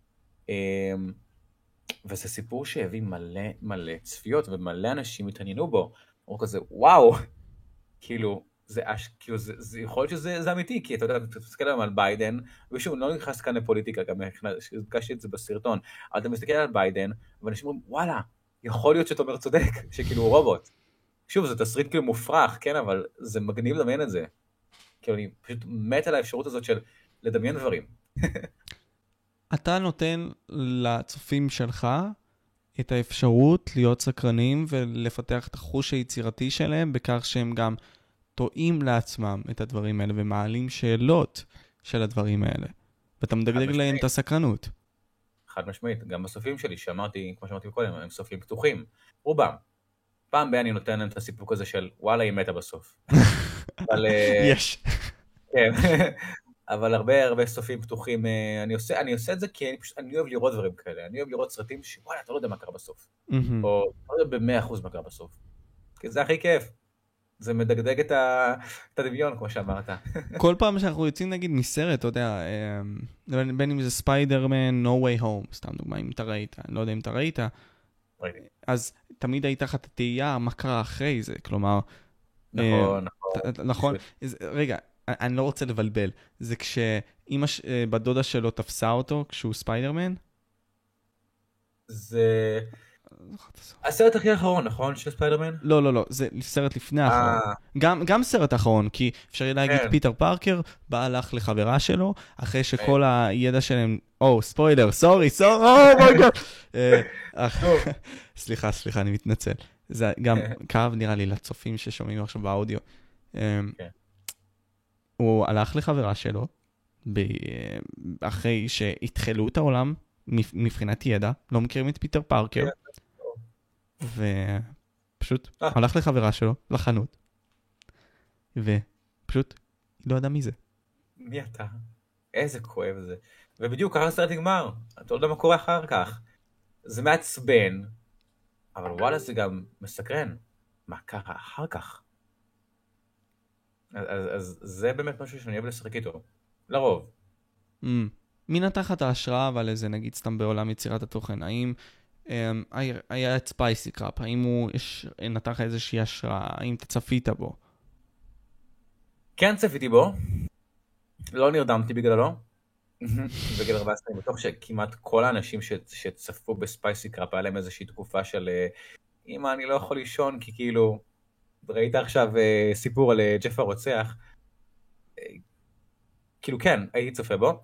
S3: וזה סיפור שהביא מלא צפיות, ומלא אנשים התעניינו בו. אמרו כזה, וואו, כאילו, זה יכול להיות שזה אמיתי, כי אתה יודע, אתה מסתכל היום על ביידן, ושוב, לא נכנס כאן לפוליטיקה, גם הדגשתי את זה בסרטון, אבל אתה מסתכל על ביידן, ואנשים אומרים, וואלה, יכול להיות שאתה אומר צודק, שכאילו הוא רובוט. שוב, זה תסריט כאילו מופרך, כן, אבל זה מגניב לדמיין את זה. כאילו, אני פשוט מת על האפשרות הזאת של לדמיין דברים.
S2: אתה נותן לצופים שלך את האפשרות להיות סקרנים ולפתח את החוש היצירתי שלהם, בכך שהם גם טועים לעצמם את הדברים האלה ומעלים שאלות של הדברים האלה. ואתה מדגדג להם את הסקרנות.
S3: חד משמעית, גם בסופים שלי, שאמרתי, כמו שאמרתי קודם, הם סופים פתוחים. רובם. פעם בי אני נותן להם את הסיפוק הזה של, וואלה, היא מתה בסוף. אבל...
S2: יש.
S3: כן. אבל הרבה סופים פתוחים, אני עושה את זה כי אני אוהב לראות דברים כאלה. אני אוהב לראות סרטים שוואלה, אתה לא יודע מה קרה בסוף. או לא יודע ב100% מה קרה בסוף. כי זה הכי כיף. זה מדגדג את הדמיון, כמו שאמרת.
S2: כל פעם שאנחנו יוצאים, נגיד, מסרט, אתה יודע, בין אם זה ספיידרמן, No Way Home, סתם דוגמה, אם אתה ראית, אני לא יודע אם אתה ראית, אז תמיד היית לך את התהייה, מה קרה אחרי זה, כלומר... נכון. רגע, אני לא רוצה לבלבל, זה כשאמא בדודה שלו תפסה אותו, כשהוא ספיידרמן?
S3: זה... הסרט הכי האחרון, נכון, של ספיידרמן?
S2: לא, זה סרט לפני האחרון. גם סרט האחרון, כי אפשר להגיד פיטר פארקר בא הלך לחברה שלו, אחרי שכל הידע שלהם, ספוילר, סורי, אומייגאד. סליחה, אני מתנצל. זה גם כאב נראה לי לצופים ששומעים עכשיו באודיו. הוא הלך לחברה שלו, אחרי שהתחלו את העולם, מבחינת ידע, לא מכירים את פיטר פארקר, ופשוט הלך לחברה שלו, לחנות, ופשוט לא ידע מי זה.
S3: מי אתה? איזה כואב זה. ובדיוק ככה הסרט נגמר, אתה לא יודע מה קורה אחר כך. זה מעצבן, אבל וואלה זה גם מסקרן. מה קרה אחר כך? אז זה באמת משהו שאני אוהב לשחק איתו. לרוב.
S2: מי נתח את ההשראה, אבל איזה נגיד סתם בעולם יצירת התוכן? האם היה את ספייסי קראפ? האם הוא נתח איזושהי השראה? האם אתה צפית בו?
S3: כן צפיתי בו. לא נרדמתי בגללו. בגיל 14, אני בטוח שכמעט כל האנשים שצפו בספייסי קראפ, היה להם איזושהי תקופה של אמא, אני לא יכול לישון, כי כאילו, ראית עכשיו סיפור על ג'ף הרוצח. כאילו כן, הייתי צופה בו.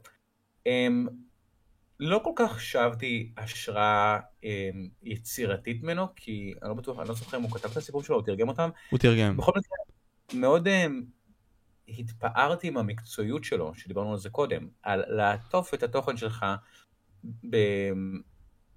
S3: לא כל כך שבתי השראה יצירתית ממנו, כי אני לא בטוח, אני לא זוכר אם הוא כתב את הסיפור שלו, הוא תרגם אותם.
S2: הוא תרגם.
S3: בכל מקרה, מאוד התפארתי עם המקצועיות שלו, שדיברנו על זה קודם, על לעטוף את התוכן שלך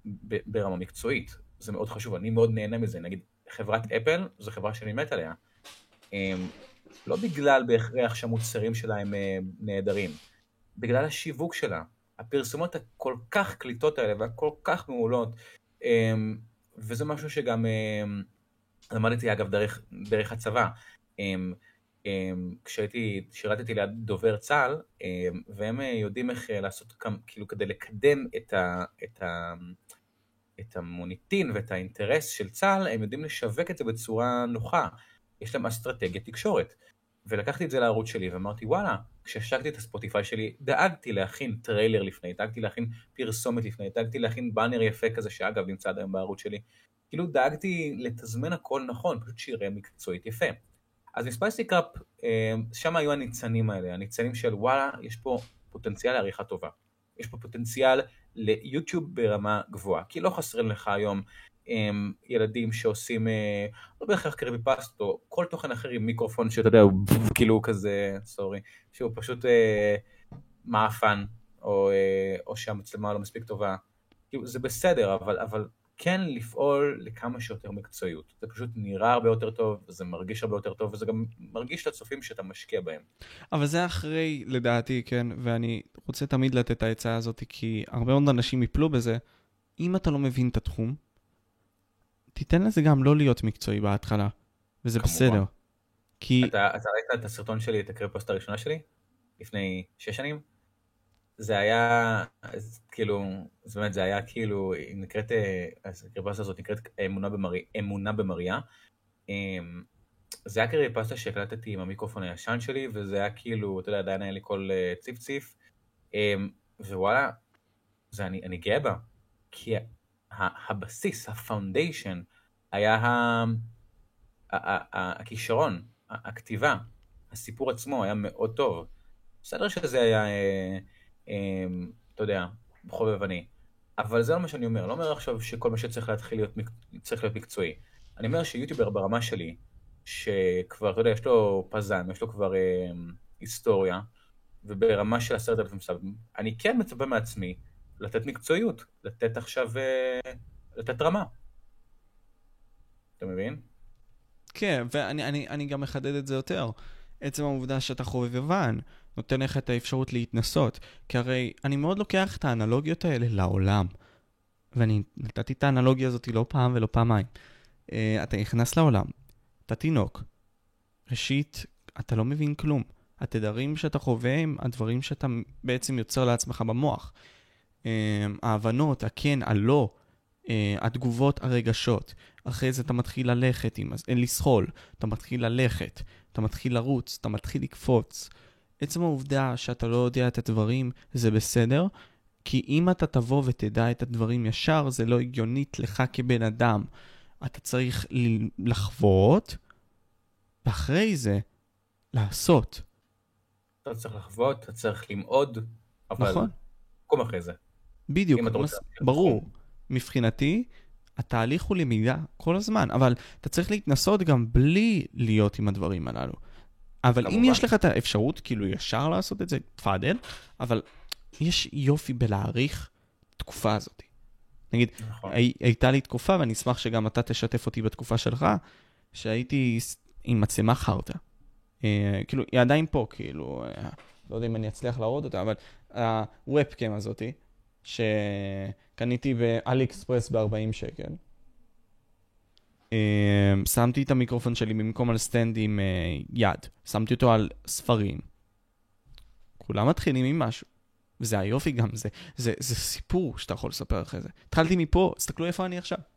S3: ברמה מקצועית. זה מאוד חשוב, אני מאוד נהנה מזה. נגיד, חברת אפל, זו חברה שאני מת עליה. לא בגלל בהכרח שהמוצרים שלה הם נהדרים, בגלל השיווק שלה. הפרסומות הכל כך קליטות האלה והכל כך מעולות, וזה משהו שגם למדתי אגב דרך הצבא. שירתתי ליד דובר צה"ל, והם יודעים איך לעשות, כאילו כדי לקדם את המוניטין ואת האינטרס של צה"ל, הם יודעים לשווק את זה בצורה נוחה. יש להם אסטרטגיה תקשורת. ולקחתי את זה לערוץ שלי ואמרתי, וואלה, כשהשקתי את הספוטיפיי שלי, דאגתי להכין טריילר לפני, דאגתי להכין פרסומת לפני, דאגתי להכין באנר יפה כזה, שאגב נמצא עד היום בערוץ שלי. כאילו דאגתי לתזמן הכל נכון, פשוט שיראה מקצועית יפה. אז מספייסי קראפ, שם היו הניצנים האלה, הניצנים של וואלה, יש פה פוטנציאל לעריכה טובה. יש פה פוטנציאל ליוטיוב ברמה גבוהה, כי לא חסרים לך היום ילדים שעושים, לא בהכרח קריפי פאסט, או כל תוכן אחר עם מיקרופון שאתה יודע, הוא כאילו כזה, סורי, שהוא פשוט מאפן, או שהמצלמה לא מספיק טובה. כאילו, זה בסדר, אבל כן לפעול לכמה שיותר מקצועיות. זה פשוט נראה הרבה יותר טוב, וזה מרגיש הרבה יותר טוב, וזה גם מרגיש לצופים שאתה משקיע בהם.
S2: אבל זה אחרי, לדעתי, כן, ואני רוצה תמיד לתת את ההצעה הזאת, כי הרבה מאוד אנשים יפלו בזה. אם אתה לא מבין את התחום, תיתן לזה גם לא להיות מקצועי בהתחלה, וזה
S3: כמובן.
S2: בסדר. כי...
S3: אתה ראית את הסרטון שלי, את הקריפוסט הראשונה שלי, לפני 6 שנים? זה היה, כאילו, זאת אומרת, זה היה כאילו, היא נקראת, הקריפוסטה הזאת נקראת אמונה במריה. זה היה קריפוסטה שהקלטתי עם המיקרופון הישן שלי, וזה היה כאילו, אתה יודע, עדיין היה לי כל ציף ציף, ווואלה, אני גאה בה, כי הבסיס, הפאונדיישן, היה הכישרון, הכתיבה, הסיפור עצמו היה מאוד טוב. בסדר שזה היה, אתה יודע, חובבני. אבל זה לא מה שאני אומר. לא אומר עכשיו שכל מה שצריך להתחיל צריך להיות מקצועי. אני אומר שיוטיובר ברמה שלי, שכבר, אתה יודע, יש לו פזן, יש לו כבר היסטוריה, וברמה של 10,000 סאבים, אני כן מצפה מעצמי לתת מקצועיות, לתת עכשיו, לתת רמה. אתה מבין?
S2: כן, ואני גם מחדד את זה יותר. עצם העובדה שאתה חובבן, נותן לך את האפשרות להתנסות. כי הרי אני מאוד לוקח את האנלוגיות האלה לעולם. ואני נתתי את האנלוגיה הזאת לא פעם ולא פעמיים. אתה נכנס לעולם, אתה תינוק. ראשית, אתה לא מבין כלום. התדרים שאתה חווה הם הדברים שאתה בעצם יוצר לעצמך במוח. ההבנות, הכן, הלא, התגובות, הרגשות. אחרי זה אתה מתחיל ללכת, לסחול, אתה מתחיל ללכת, אתה מתחיל לרוץ, אתה מתחיל לקפוץ. עצם העובדה שאתה לא יודע את הדברים זה בסדר, כי אם אתה תבוא ותדע את הדברים ישר, זה לא הגיונית לך כבן אדם. אתה צריך לחוות, ואחרי זה לעשות.
S3: אתה צריך לחוות, אתה צריך למעוד, אבל
S2: נכון.
S3: קום אחרי זה.
S2: בדיוק,
S3: אם אתה רוצה
S2: ברור. מבחינתי, התהליך הוא למידה כל הזמן, אבל אתה צריך להתנסות גם בלי להיות עם הדברים הללו. אבל אם יש לך את האפשרות, כאילו ישר לעשות את זה, תפאדל, אבל יש יופי בלהעריך תקופה הזאת. נגיד, הייתה לי תקופה, ואני אשמח שגם אתה תשתף אותי בתקופה שלך, שהייתי עם מצלמה חרטה. כאילו, היא עדיין פה, כאילו, לא יודע אם אני אצליח להראות אותה, אבל הוובקאם הזאת, שקניתי באלי אקספרס ב-40 שקל. שמתי את המיקרופון שלי במקום על סטנד עם יד. שמתי אותו על ספרים. כולם מתחילים עם משהו. וזה היופי גם, זה סיפור שאתה יכול לספר אחרי זה. התחלתי מפה, תסתכלו איפה אני עכשיו.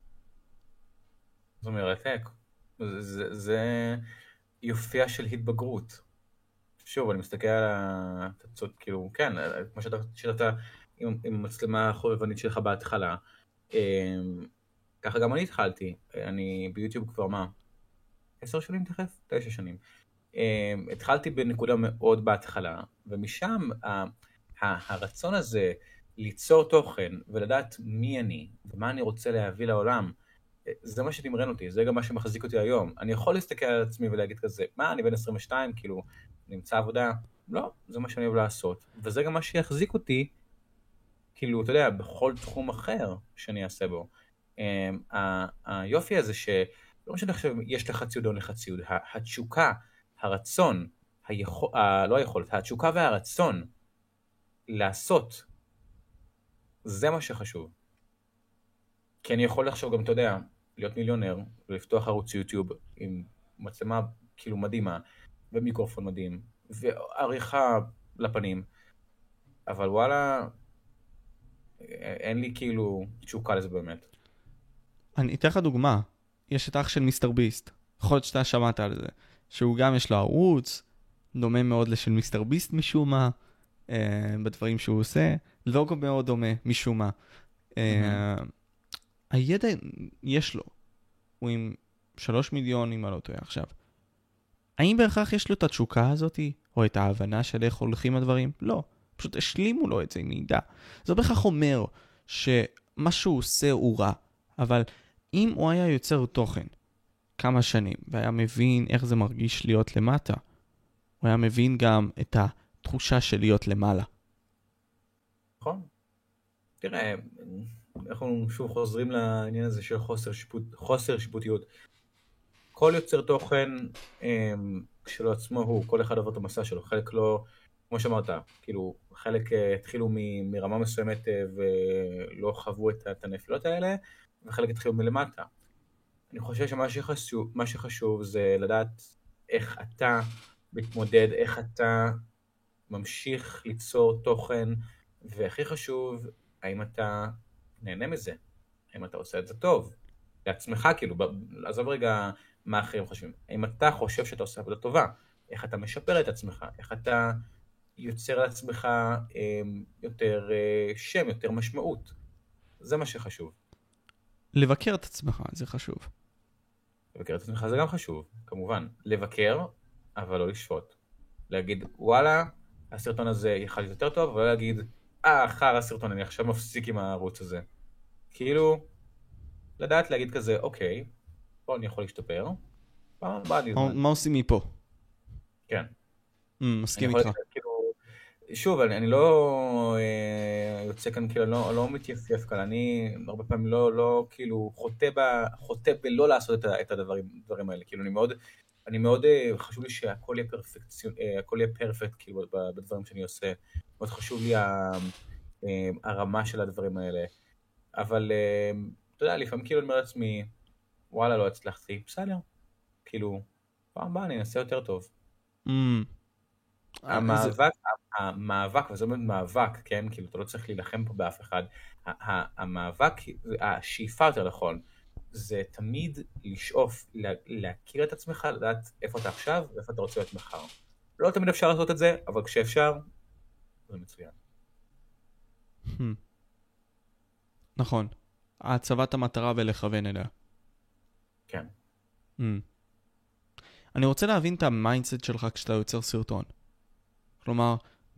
S3: זאת אומרת, זה יופייה של התבגרות. שוב, אני מסתכל על התצות, כאילו, כן, כמו שאתה עם המצלמה החובבנית שלך בהתחלה, ככה גם אני התחלתי. אני ביוטיוב כבר מה? 10 שנים תכף? 9 שנים. התחלתי בנקודה מאוד בהתחלה, ומשם הרצון הזה ליצור תוכן ולדעת מי אני ומה אני רוצה להביא לעולם, זה מה שתמרן אותי, זה גם מה שמחזיק אותי היום. אני יכול להסתכל על עצמי ולהגיד כזה, מה, אני בן 22, כאילו, נמצא עבודה? לא, זה מה שאני אוהב לעשות. וזה גם מה שיחזיק אותי, כאילו, אתה יודע, בכל תחום אחר שאני אעשה בו. היופי הזה לא משנה עכשיו יש לך ציוד או אין לך ציוד, התשוקה, הרצון, לא היכולת, התשוקה והרצון לעשות, זה מה שחשוב. כי אני יכול לחשוב גם, אתה יודע, להיות מיליונר ולפתוח ערוץ יוטיוב עם מצלמה כאילו מדהימה, ומיקרופון מדהים, ועריכה לפנים, אבל וואלה, אין לי כאילו תשוקה לזה באמת.
S2: אני אתן לך דוגמה. יש את אח של מיסטר ביסט. יכול להיות שאתה שמעת על זה. שהוא גם יש לו ערוץ, דומה מאוד לשל מיסטר ביסט משום מה, בדברים שהוא עושה. לוגו מאוד דומה משום מה. הידע יש לו. הוא עם 3 מיליון, אם אני לא טועה עכשיו. האם בהכרח יש לו את התשוקה הזאת, או את ההבנה של איך הולכים הדברים? לא. פשוט השלימו לו את זה עם מידע. זה בהכרח אומר שמה שהוא עושה הוא רע. אבל אם הוא היה יוצר תוכן כמה שנים, והיה מבין איך זה מרגיש להיות למטה, הוא היה מבין גם את התחושה של להיות למעלה.
S3: נכון. תראה, אנחנו שוב חוזרים לעניין הזה של חוסר שיפוטיות. כל יוצר תוכן שלו עצמו הוא, כל אחד עבר את המסע שלו, חלק לא, כמו שאמרת, כאילו, חלק התחילו מרמה מסוימת ולא חוו את הנפילות האלה, וחלק התחילו מלמטה. אני חושב שמה שחשוב זה לדעת איך אתה מתמודד, איך אתה ממשיך ליצור תוכן, והכי חשוב, האם אתה נהנה מזה, האם אתה עושה את זה טוב, לעצמך כאילו, עזוב רגע מה אחרים חושבים, האם אתה חושב שאתה עושה עבודה טובה, איך אתה משפר את עצמך, איך אתה יוצר לעצמך יותר שם, יותר משמעות, זה מה שחשוב.
S2: לבקר את עצמך, זה חשוב.
S3: לבקר את עצמך זה גם חשוב, כמובן. לבקר, אבל לא לשפוט. להגיד, וואלה, הסרטון הזה יכל להיות יותר טוב, ולא להגיד, אחר הסרטון, אני עכשיו מפסיק עם הערוץ הזה. כאילו, לדעת להגיד כזה, אוקיי, פה אני יכול להשתפר, פעם הבאה אני זמן.
S2: מה עושים מפה?
S3: כן.
S2: מסכים איתך.
S3: שוב, אני לא יוצא כאן, כאילו, לא מתייפייף כאן, אני הרבה פעמים לא כאילו חוטא בלא לעשות את הדברים האלה, כאילו אני מאוד חשוב לי שהכל יהיה פרפקט, כאילו, בדברים שאני עושה, מאוד חשוב לי הרמה של הדברים האלה, אבל אתה יודע, לפעמים כאילו אני אומר לעצמי, וואלה, לא הצלחתי, בסדר, כאילו, פעם הבאה אני אנסה יותר טוב. המאבק, וזה באמת מאבק, כן? כאילו, אתה לא צריך להילחם פה באף אחד. המאבק, השאיפה יותר נכון, זה תמיד לשאוף, להכיר את עצמך, לדעת איפה אתה עכשיו ואיפה אתה רוצה להיות מחר. לא תמיד אפשר לעשות את זה, אבל כשאפשר, זה מצוין.
S2: נכון. הצבת המטרה ולכוון אליה.
S3: כן.
S2: אני רוצה להבין את המיינדסט שלך כשאתה יוצר סרטון. כלומר,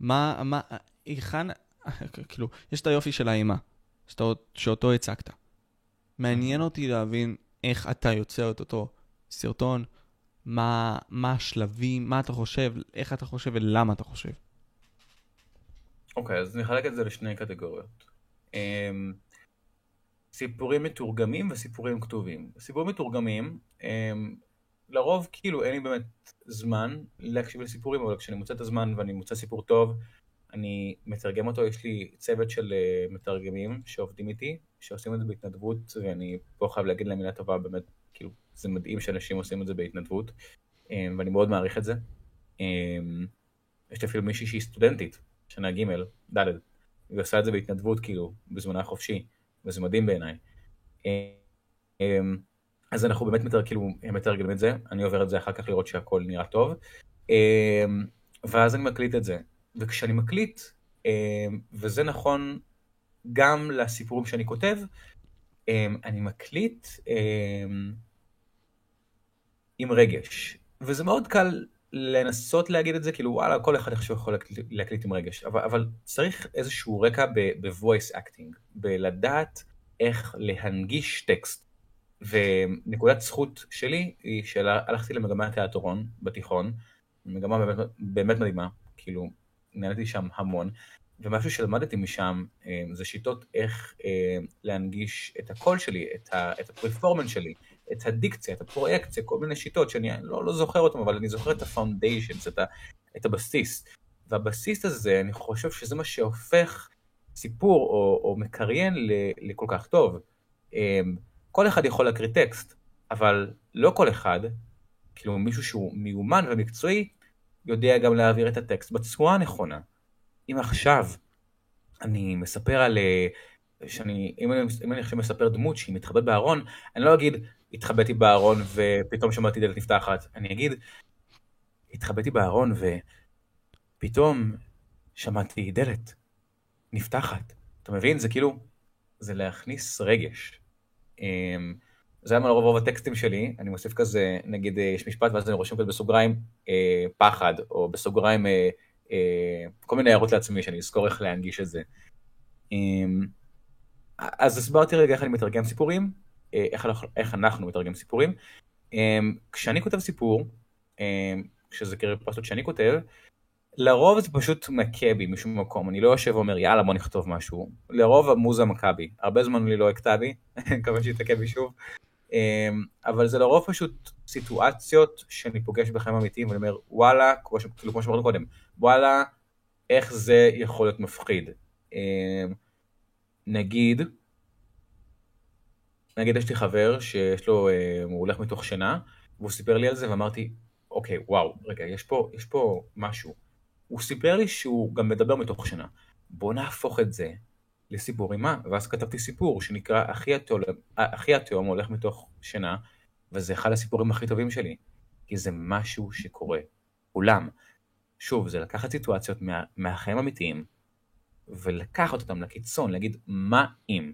S2: כאילו, יש את היופי של האימה, שאותו הצגת. מעניין אותי להבין איך אתה יוצר את אותו סרטון, מה השלבים, מה אתה חושב, איך אתה חושב ולמה אתה חושב.
S3: אוקיי, אז נחלק את זה לשני קטגוריות. סיפורים מתורגמים וסיפורים כתובים. סיפורים מתורגמים, לרוב כאילו אין לי באמת זמן להקשיב לסיפורים, אבל כשאני מוצא את הזמן ואני מוצא סיפור טוב, אני מתרגם אותו, יש לי צוות של מתרגמים שעובדים איתי, שעושים את זה בהתנדבות, ואני פה חייב להגיד להם מילה טובה, באמת, כאילו, זה מדהים שאנשים עושים את זה בהתנדבות, ואני מאוד מעריך את זה. יש לי אפילו מישהי שהיא סטודנטית, שנה ג' ד', והיא עושה את זה בהתנדבות, כאילו, בזמנה חופשי, וזה מדהים בעיניי. אז אנחנו באמת מתרגלים את זה, אני עובר את זה אחר כך לראות שהכל נראה טוב, ואז אני מקליט את זה. וכשאני מקליט, וזה נכון גם לסיפורים שאני כותב, אני מקליט עם רגש. וזה מאוד קל לנסות להגיד את זה, כאילו וואלה, כל אחד עכשיו יכול להקליט עם רגש, אבל צריך איזשהו רקע ב-voice acting, בלדעת איך להנגיש טקסט. ונקודת זכות שלי היא שהלכתי למגמת תיאטרון בתיכון, מגמה באמת מדהימה, כאילו נהניתי שם המון, ומשהו שלמדתי משם זה שיטות איך להנגיש את הקול שלי, את הפרפורמנס שלי, את הדיקציה, את הפרויקציה, כל מיני שיטות שאני לא זוכר אותם, אבל אני זוכר את ה-foundations, את הבסיס. והבסיס הזה, אני חושב שזה מה שהופך סיפור או מקריין לכל כך טוב. כל אחד יכול להקריא טקסט, אבל לא כל אחד, כאילו מישהו שהוא מיומן ומקצועי, יודע גם להעביר את הטקסט בצורה הנכונה. אם עכשיו אני מספר על... אם אני עכשיו מספר דמות שהיא מתחבאת בארון, אני לא אגיד, התחבאתי בארון ופתאום שמעתי דלת נפתחת. אני אגיד, התחבאתי בארון ופתאום שמעתי דלת נפתחת. אתה מבין? זה כאילו, זה להכניס רגש. זה היה רוב הטקסטים שלי, אני מוסיף כזה, נגיד, יש משפט, ואז אני רושם כזה בסוגריים פחד, או בסוגריים כל מיני הערות לעצמי, שאני אזכור איך להנגיש את זה. אז הסברתי רגע איך אני מתרגם סיפורים, איך אנחנו מתרגם סיפורים. כשאני כותב סיפור, כשזה קריפוסטות שאני כותב, לרוב זה פשוט מכה בי משום מקום, אני לא יושב ואומר יאללה בוא נכתוב משהו, לרוב המוזה מכה בי, הרבה זמן לי לא הכתה בי, אני מקווה שיתעכה בי שוב, אבל זה לרוב פשוט סיטואציות שאני פוגש בחיים אמיתיים, ואני אומר וואלה, כמו שאמרנו קודם, וואלה, איך זה יכול להיות מפחיד. נגיד יש לי חבר שיש לו, הוא הולך מתוך שינה, והוא סיפר לי על זה ואמרתי, אוקיי, וואו, רגע, יש פה משהו. הוא סיפר לי שהוא גם מדבר מתוך שינה. בוא נהפוך את זה לסיפור אימה, ואז כתבתי סיפור שנקרא אחי התאום הולך מתוך שינה, וזה אחד הסיפורים הכי טובים שלי, כי זה משהו שקורה. אולם, שוב, זה לקחת סיטואציות מהחיים אמיתיים, ולקחת אותם לקיצון, להגיד מה אם.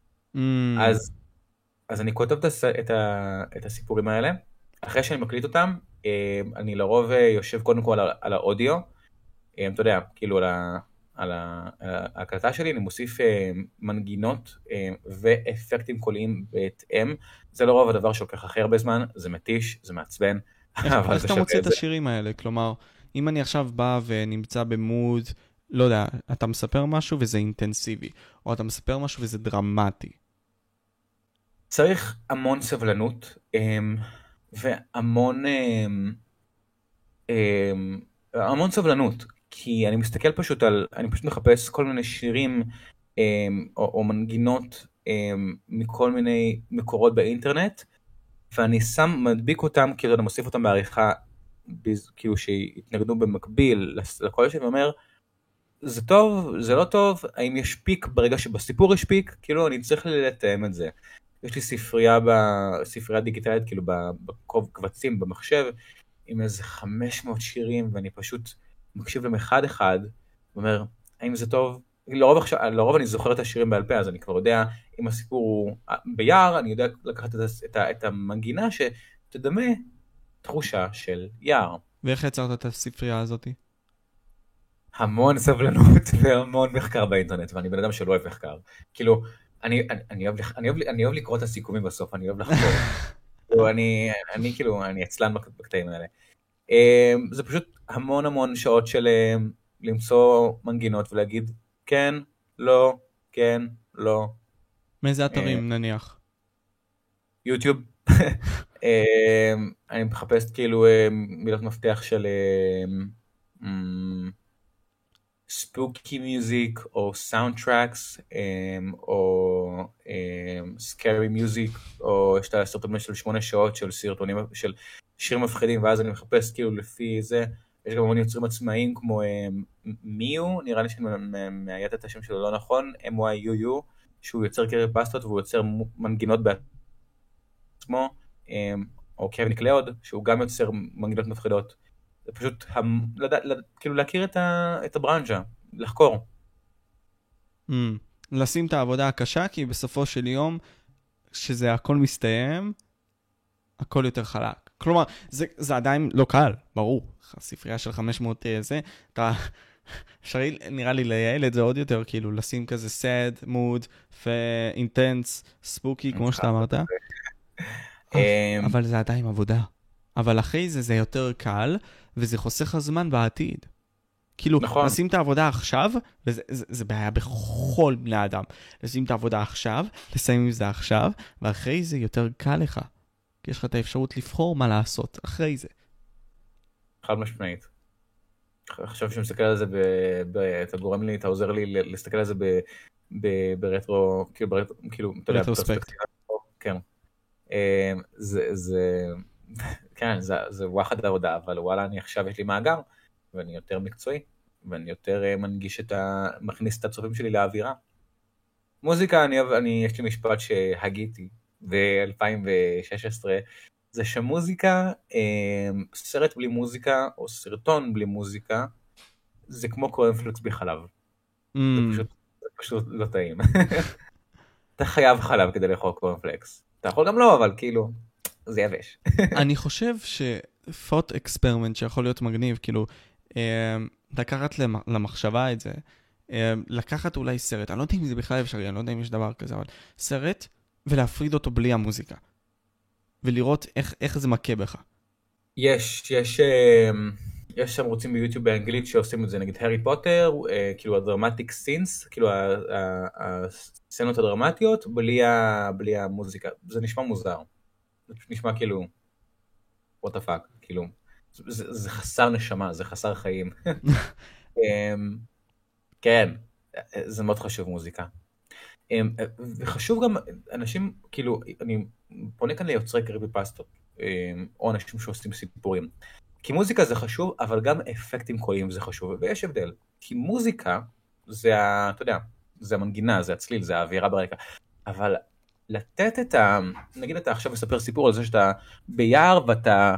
S3: אז אני כותב את הסיפורים האלה, אחרי שאני מקליט אותם, אני לרוב יושב קודם כל על האודיו, אתה יודע, כאילו על ההקלטה שלי, אני מוסיף מנגינות ואפקטים קוליים בהתאם, זה לרוב הדבר שלוקח הכי הרבה זמן, זה מתיש, זה מעצבן.
S2: איך אתה מוציא את השירים האלה? כלומר, אם אני עכשיו בא ונמצא במוד, לא יודע, אתה מספר משהו וזה אינטנסיבי, או אתה מספר משהו וזה דרמטי.
S3: צריך המון סבלנות, והמון סבלנות, כי אני מסתכל פשוט אני פשוט מחפש כל מיני שירים או מנגינות מכל מיני מקורות באינטרנט, ואני מדביק אותם, כאילו אני מוסיף אותם בעריכה, כאילו שיתנגדו במקביל לכל שלי, ואומר, זה טוב, זה לא טוב, האם יש פיק ברגע שבסיפור יש פיק, כאילו אני צריך לתאם את זה. יש לי ספרייה דיגיטלית, כאילו בקוב קבצים במחשב, עם איזה 500 שירים, ואני פשוט מקשיב להם אחד, ואומר, האם זה טוב? לרוב אני זוכר את השירים בעל פה, אז אני כבר יודע, אם הסיפור הוא ביער, אני יודע לקחת את המנגינה שתדמה תחושה של יער.
S2: ואיך יצרת את הספרייה הזאת?
S3: המון סבלנות והמון מחקר באינטרנט, ואני בן אדם שלא אוהב מחקר. כאילו, אני אוהב לקרוא את הסיכומים בסוף, אני אוהב לחקור. אני עצלן בקטעים האלה. זה פשוט המון שעות של למצוא מנגינות ולהגיד כן, לא, כן, לא.
S2: מאיזה אתרים נניח?
S3: יוטיוב. אני מחפש כאילו מילות מפתח של ספוקי מיוזיק או סאונד טראקס או סקרי מיוזיק, או יש את הסרטונים של 8 שעות של סרטונים של שירים מפחידים, ואז אני מחפש כאילו לפי זה. יש גם המון יוצרים עצמאיים כמו מיו, נראה לי שאני מאיית את השם שלו לא נכון, MYUU, שהוא יוצר קריפוסטות והוא יוצר מנגינות בעצמו, או קווין קלאוד, שהוא גם יוצר מנגינות מפחידות. זה פשוט כאילו להכיר את הברנז'ה, לחקור.
S2: לשים את העבודה הקשה, כי בסופו של יום, שזה הכל מסתיים, הכל יותר חלק. כלומר, זה עדיין לא קל, ברור. הספרייה של 500 זה, אתה אפשרי נראה לי לייעל את זה עוד יותר, כאילו לשים כזה sad, mood, intense, spooky, כמו שאתה אמרת. אבל זה עדיין עבודה. אבל אחרי זה יותר קל, וזה חוסך הזמן בעתיד. כאילו, לשים את העבודה עכשיו, וזה בעיה בכל בני אדם. לשים את העבודה עכשיו, לסיים עם זה עכשיו, ואחרי זה יותר קל לך. כי יש לך את האפשרות לבחור מה לעשות אחרי זה.
S3: חד משמעית. עכשיו שמסתכל על זה, אתה גורם לי, אתה עוזר לי להסתכל על זה ברטרו, כאילו, אתה יודע,
S2: רטרוספקט.
S3: כן. כן, זה וואחד העבודה, אבל וואלה, אני עכשיו יש לי מאגר, ואני יותר מקצועי, ואני יותר מכניס את הצופים שלי לאווירה. מוזיקה, יש לי משפט שהגיתי ב-2016, זה שמוזיקה, סרט בלי מוזיקה, או סרטון בלי מוזיקה, זה כמו קורנפלקס בלי חלב. זה פשוט לא טעים. אתה חייב חלב כדי לאכול קורנפלקס. אתה יכול גם לא, אבל כאילו, זה יבש.
S2: אני חושב שפוט אקספרימנט שיכול להיות מגניב, כאילו, לקחת למחשבה את זה, לקחת אולי סרט, אני לא יודע אם זה בכלל אפשרי, אני לא יודע אם יש דבר כזה, אבל סרט, ולהפריד אותו בלי המוזיקה. ולראות איך זה מכה בך.
S3: יש שם רוצים ביוטיוב באנגלית שעושים את זה, נגיד הארי פוטר, כאילו הדרמטיק סינס, כאילו הסצנות הדרמטיות, בלי המוזיקה. זה נשמע מוזר. זה נשמע כאילו, what the fuck, כאילו, זה חסר נשמה, זה חסר חיים. כן, זה מאוד חשוב מוזיקה. וחשוב גם, אנשים, כאילו, אני פונה כאן ליוצרי קריפי פסטות, או אנשים שעושים סיפורים. כי מוזיקה זה חשוב, אבל גם אפקטים קוליים זה חשוב, ויש הבדל. כי מוזיקה, זה, אתה יודע, זה המנגינה, זה הצליל, זה האווירה ברקע. אבל לתת את נגיד אתה עכשיו מספר סיפור על זה שאתה ביער, ואתה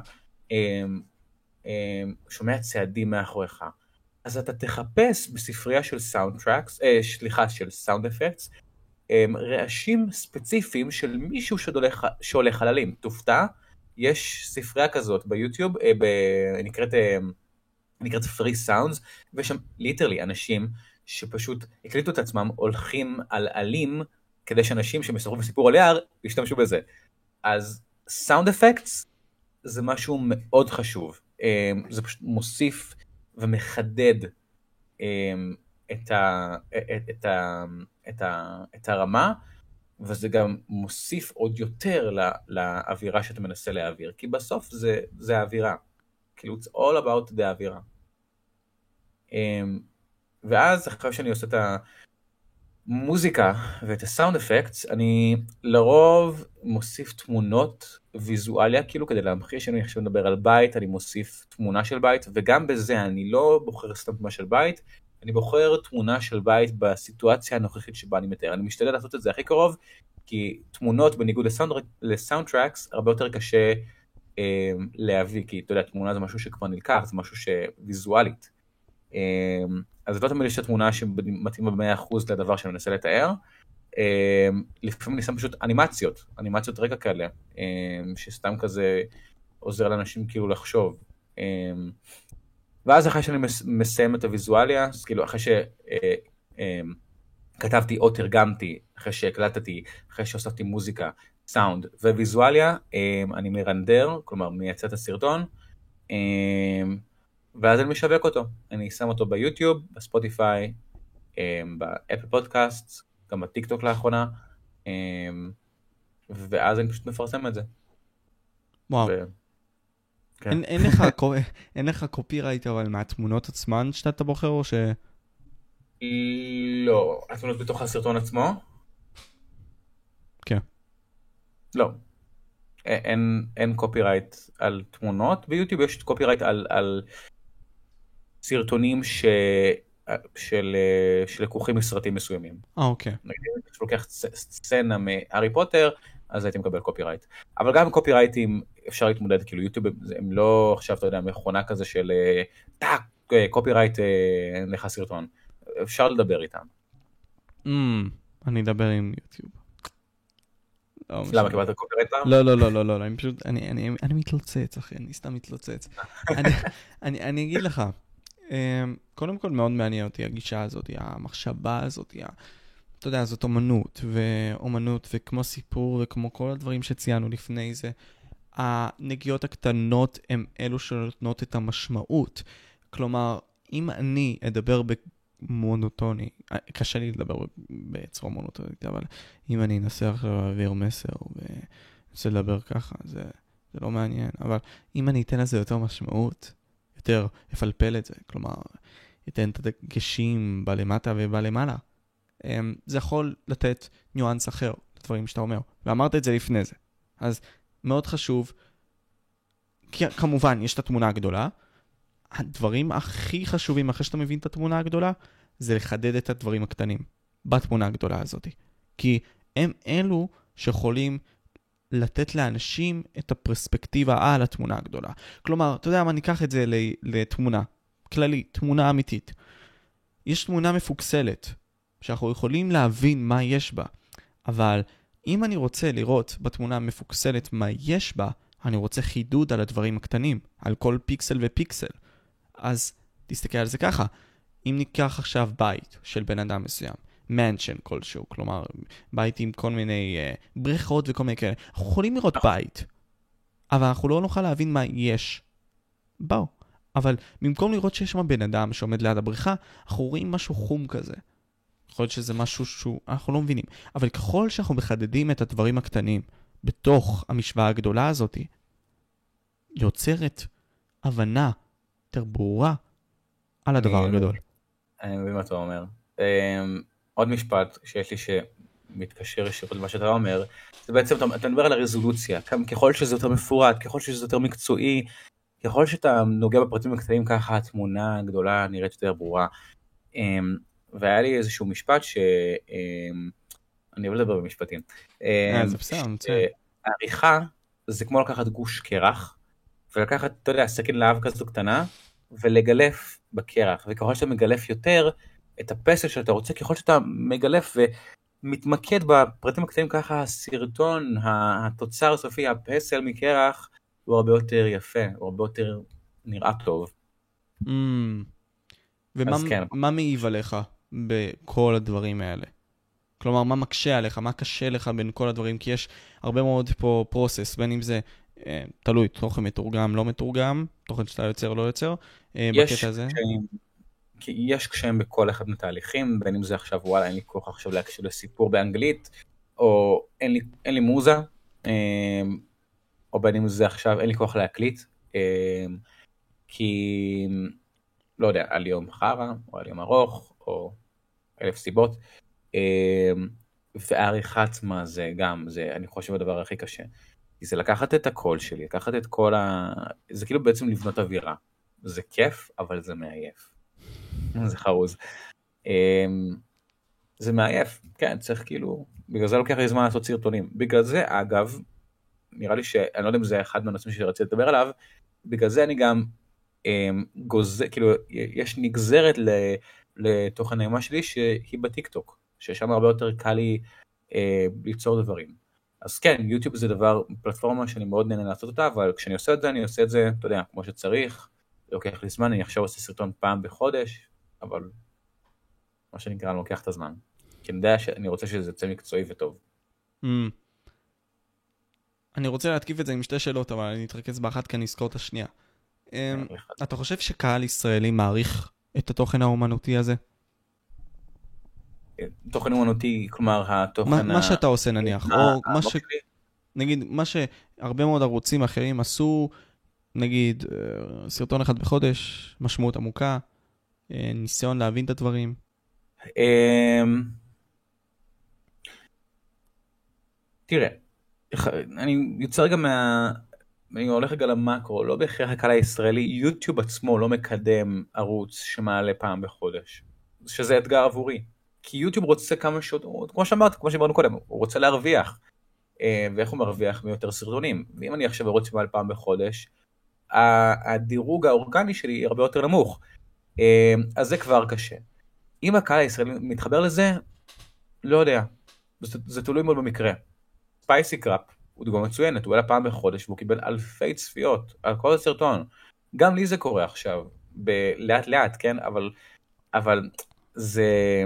S3: שומע צעדים מאחוריך. אז אתה תחפש בספרייה של של סאונד אפקטס, רעשים ספציפיים של מישהו שעולה חללים. תופתע, יש ספרייה כזאת ביוטיוב, נקראת Free Sounds, ויש שם ליטרלי אנשים שפשוט הקליטו את עצמם, הולכים על עלים, כדי שאנשים שמספרו בסיפור על יער, ישתמשו בזה. אז סאונד אפקטס זה משהו מאוד חשוב. זה פשוט מוסיף ומחדד את הרמה, וזה גם מוסיף עוד יותר לאווירה שאתה מנסה להעביר, כי בסוף זה האווירה. כאילו, it's all about the האווירה. ואז אחרי שאני עושה את המוזיקה ואת הסאונד אפקטס, אני לרוב מוסיף תמונות ויזואליה, כאילו כדי להמחיש, אני עכשיו מדבר על בית, אני מוסיף תמונה של בית, וגם בזה אני לא בוחר סתם תמונה של בית, אני בוחר תמונה של בית בסיטואציה הנוכחית שבה אני מתאר. אני משתדל לעשות את זה הכי קרוב, כי תמונות בניגוד לסאונד טרקס, הרבה יותר קשה להביא, כי אתה יודע, תמונה זה משהו שכבר נלקח, זה משהו שוויזואלית. אז לא תמיד יש את התמונה שמתאימה ב100% לדבר שאני מנסה לתאר. לפעמים אני שם פשוט אנימציות רגע כאלה, שסתם כזה עוזר לאנשים כאילו לחשוב. ואז אחרי שאני מסיים את הוויזואליה, אז כאילו אחרי שכתבתי או תרגמתי, אחרי שהקלטתי, אחרי שהוספתי מוזיקה, סאונד וויזואליה, אני מרנדר, כלומר מייצא את הסרטון, ואז אני משווק אותו. אני שם אותו ביוטיוב, בספוטיפיי, באפל פודקאסט, גם בטיקטוק לאחרונה, ואז אני פשוט מפרסם את זה.
S2: וואו. אין לך קופירייט אבל מהתמונות עצמן שאתה בוחר או ש...
S3: לא, התמונות בתוך הסרטון עצמו?
S2: כן.
S3: לא. אין קופירייט על תמונות, ביוטיוב יש קופירייט על סרטונים שלקוחים מסרטים מסוימים.
S2: אוקיי.
S3: נגיד, כשלוקח סצנה מהארי פוטר, אז הייתי מקבל קופירייט. אבל גם קופירייטים אפשר להתמודד, כאילו יוטיוב הם לא עכשיו, אתה יודע, מכונה כזה של קופירייט לך סרטון. אפשר לדבר איתם.
S2: אני אדבר עם יוטיוב.
S3: למה, קיבלת קופירייט פעם?
S2: לא, אני מתלוצץ, אחי, אני סתם מתלוצץ. אני אגיד לך, קודם כל מאוד מעניין אותי הגישה הזאת, המחשבה הזאת, אתה יודע, זאת אומנות, וכמו סיפור, וכמו כל הדברים שציינו לפני זה, הנגיעות הקטנות הם אלו שנותנות את המשמעות. כלומר, אם אני אדבר במונוטוני, קשה לי לדבר בצורה מונוטונית, אבל אם אני אנסה עכשיו להעביר מסר רוצה לדבר ככה, זה לא מעניין, אבל אם אני אתן לזה יותר משמעות, יותר אפלפל את זה, כלומר, אתן את הדגשים בלמטה ובלמעלה, זה יכול לתת ניואנס אחר לדברים שאתה אומר, ואמרת את זה לפני זה. אז מאוד חשוב, כמובן, יש את התמונה הגדולה, הדברים הכי חשובים אחרי שאתה מבין את התמונה הגדולה, זה לחדד את הדברים הקטנים בתמונה הגדולה הזאת. כי הם אלו שיכולים לתת לאנשים את הפרספקטיבה על התמונה הגדולה. כלומר, אתה יודע מה, ניקח את זה לתמונה כללית, תמונה אמיתית. יש תמונה מפוקסלת, שאנחנו יכולים להבין מה יש בה, אבל אם אני רוצה לראות בתמונה המפוקסלת מה יש בה, אני רוצה חידוד על הדברים הקטנים, על כל פיקסל ופיקסל. אז תסתכל על זה ככה, אם ניקח עכשיו בית של בן אדם מסוים, מנשן כלשהו, כלומר בית עם כל מיני בריכות וכל מיני כאלה, אנחנו יכולים לראות בית, אבל אנחנו לא נוכל להבין מה יש. בואו, אבל במקום לראות שיש שם בן אדם שעומד ליד הבריכה, אנחנו רואים משהו חום כזה. יכול להיות שזה משהו שאנחנו לא מבינים, אבל ככל שאנחנו מחדדים את הדברים הקטנים בתוך המשוואה הגדולה הזאת, יוצרת הבנה יותר ברורה על הדבר הגדול.
S3: אני מבין מה אתה אומר. עוד משפט שיש לי שמתקשר ישירות למה שאתה אומר, זה בעצם, אתה מדבר על הרזולוציה, ככל שזה יותר מפורט, ככל שזה יותר מקצועי, ככל שאתה נוגע בפרטים הקטנים ככה, התמונה הגדולה נראית יותר ברורה. והיה לי איזשהו משפט אני אוהב לדבר במשפטים.
S2: זה בסדר, מצוין.
S3: העריכה זה כמו לקחת גוש קרח, ולקחת, אתה יודע, סכין להב כזו קטנה, ולגלף בקרח, וככל שאתה מגלף יותר את הפסל שאתה רוצה, ככל שאתה מגלף ומתמקד בפרטים הקטנים ככה, הסרטון, התוצר הסופי, הפסל מקרח, הוא הרבה יותר יפה, הוא הרבה יותר נראה טוב.
S2: ומה מעיב עליך בכל הדברים האלה? כלומר, מה מקשה עליך, מה קשה לך בין כל הדברים? כי יש הרבה מאוד פה פרוסס, בין אם זה תלוי, תוכן מתורגם, לא מתורגם, תוכן שאתה יוצר, לא יוצר, בקטע הזה.
S3: יש קשיים בכל אחד מתהליכים, בין אם זה עכשיו, וואלה, אין לי כוח עכשיו להקשיב לסיפור באנגלית, או אין לי מוזה, או בין אם זה עכשיו, אין לי כוח להקליט, כי, לא יודע, על יום חרה, או על יום ארוך, או 1000 סיבות, והעריכה עצמה זה גם, זה אני חושב הדבר הכי קשה. זה לקחת את הקול שלי, לקחת את כל זה כאילו בעצם לבנות אווירה. זה כיף, אבל זה מעייף. זה חרוז. זה מעייף, כן, צריך כאילו, בגלל זה לוקח לי זמן לעשות סרטונים. בגלל זה, אגב, נראה לי שאני לא יודע אם זה אחד מהנושאים שרציתי לדבר עליו, בגלל זה אני גם כאילו, יש נגזרת לתוכן האימה שלי שהיא בטיקטוק, ששם הרבה יותר קל לי ליצור דברים. אז כן, יוטיוב זה דבר, פלטפורמה שאני מאוד נהנה לעשות אותה, אבל כשאני עושה את זה, אני עושה את זה, אתה יודע, כמו שצריך, לוקח לי זמן, אני עכשיו עושה סרטון פעם בחודש, אבל מה שנקרא, אני לוקח את הזמן. כי אני יודע שאני רוצה שזה יצא מקצועי וטוב.
S2: אני רוצה להתקיף את זה עם שתי שאלות, אבל אני אתרכז באחת כי אני אזכור את השנייה. אתה חושב שקהל ישראלי מעריך את התוכן האומנותי הזה?
S3: תוכן אומנותי, כלומר, התוכן...
S2: מה שאתה עושה נניח, או מה ש... נגיד, מה שהרבה מאוד ערוצים אחרים עשו, נגיד, סרטון אחד בחודש, משמעות עמוקה, ניסיון להבין את הדברים.
S3: תראה, אני יוצא רגע אני הולך רגע למקרו, לא בהכרח הקהל הישראלי, יוטיוב עצמו לא מקדם ערוץ שמעלה פעם בחודש, שזה אתגר עבורי. כי יוטיוב רוצה כמה שעות, כמו שאמרת, כמו שאמרנו קודם, הוא רוצה להרוויח. ואיך הוא מרוויח מיותר סרטונים? ואם אני עכשיו ערוץ שמעלה פעם בחודש, הדירוג האורגני שלי הרבה יותר נמוך. אז זה כבר קשה. אם הקהל הישראלי מתחבר לזה, לא יודע. זה תלוי מאוד במקרה. ספייסי קראפ הוא דוגמה מצוינת, הוא עלה פעם בחודש, והוא קיבל אלפי צפיות על כל הסרטון. גם לי זה קורה עכשיו, לאט לאט, כן? אבל זה...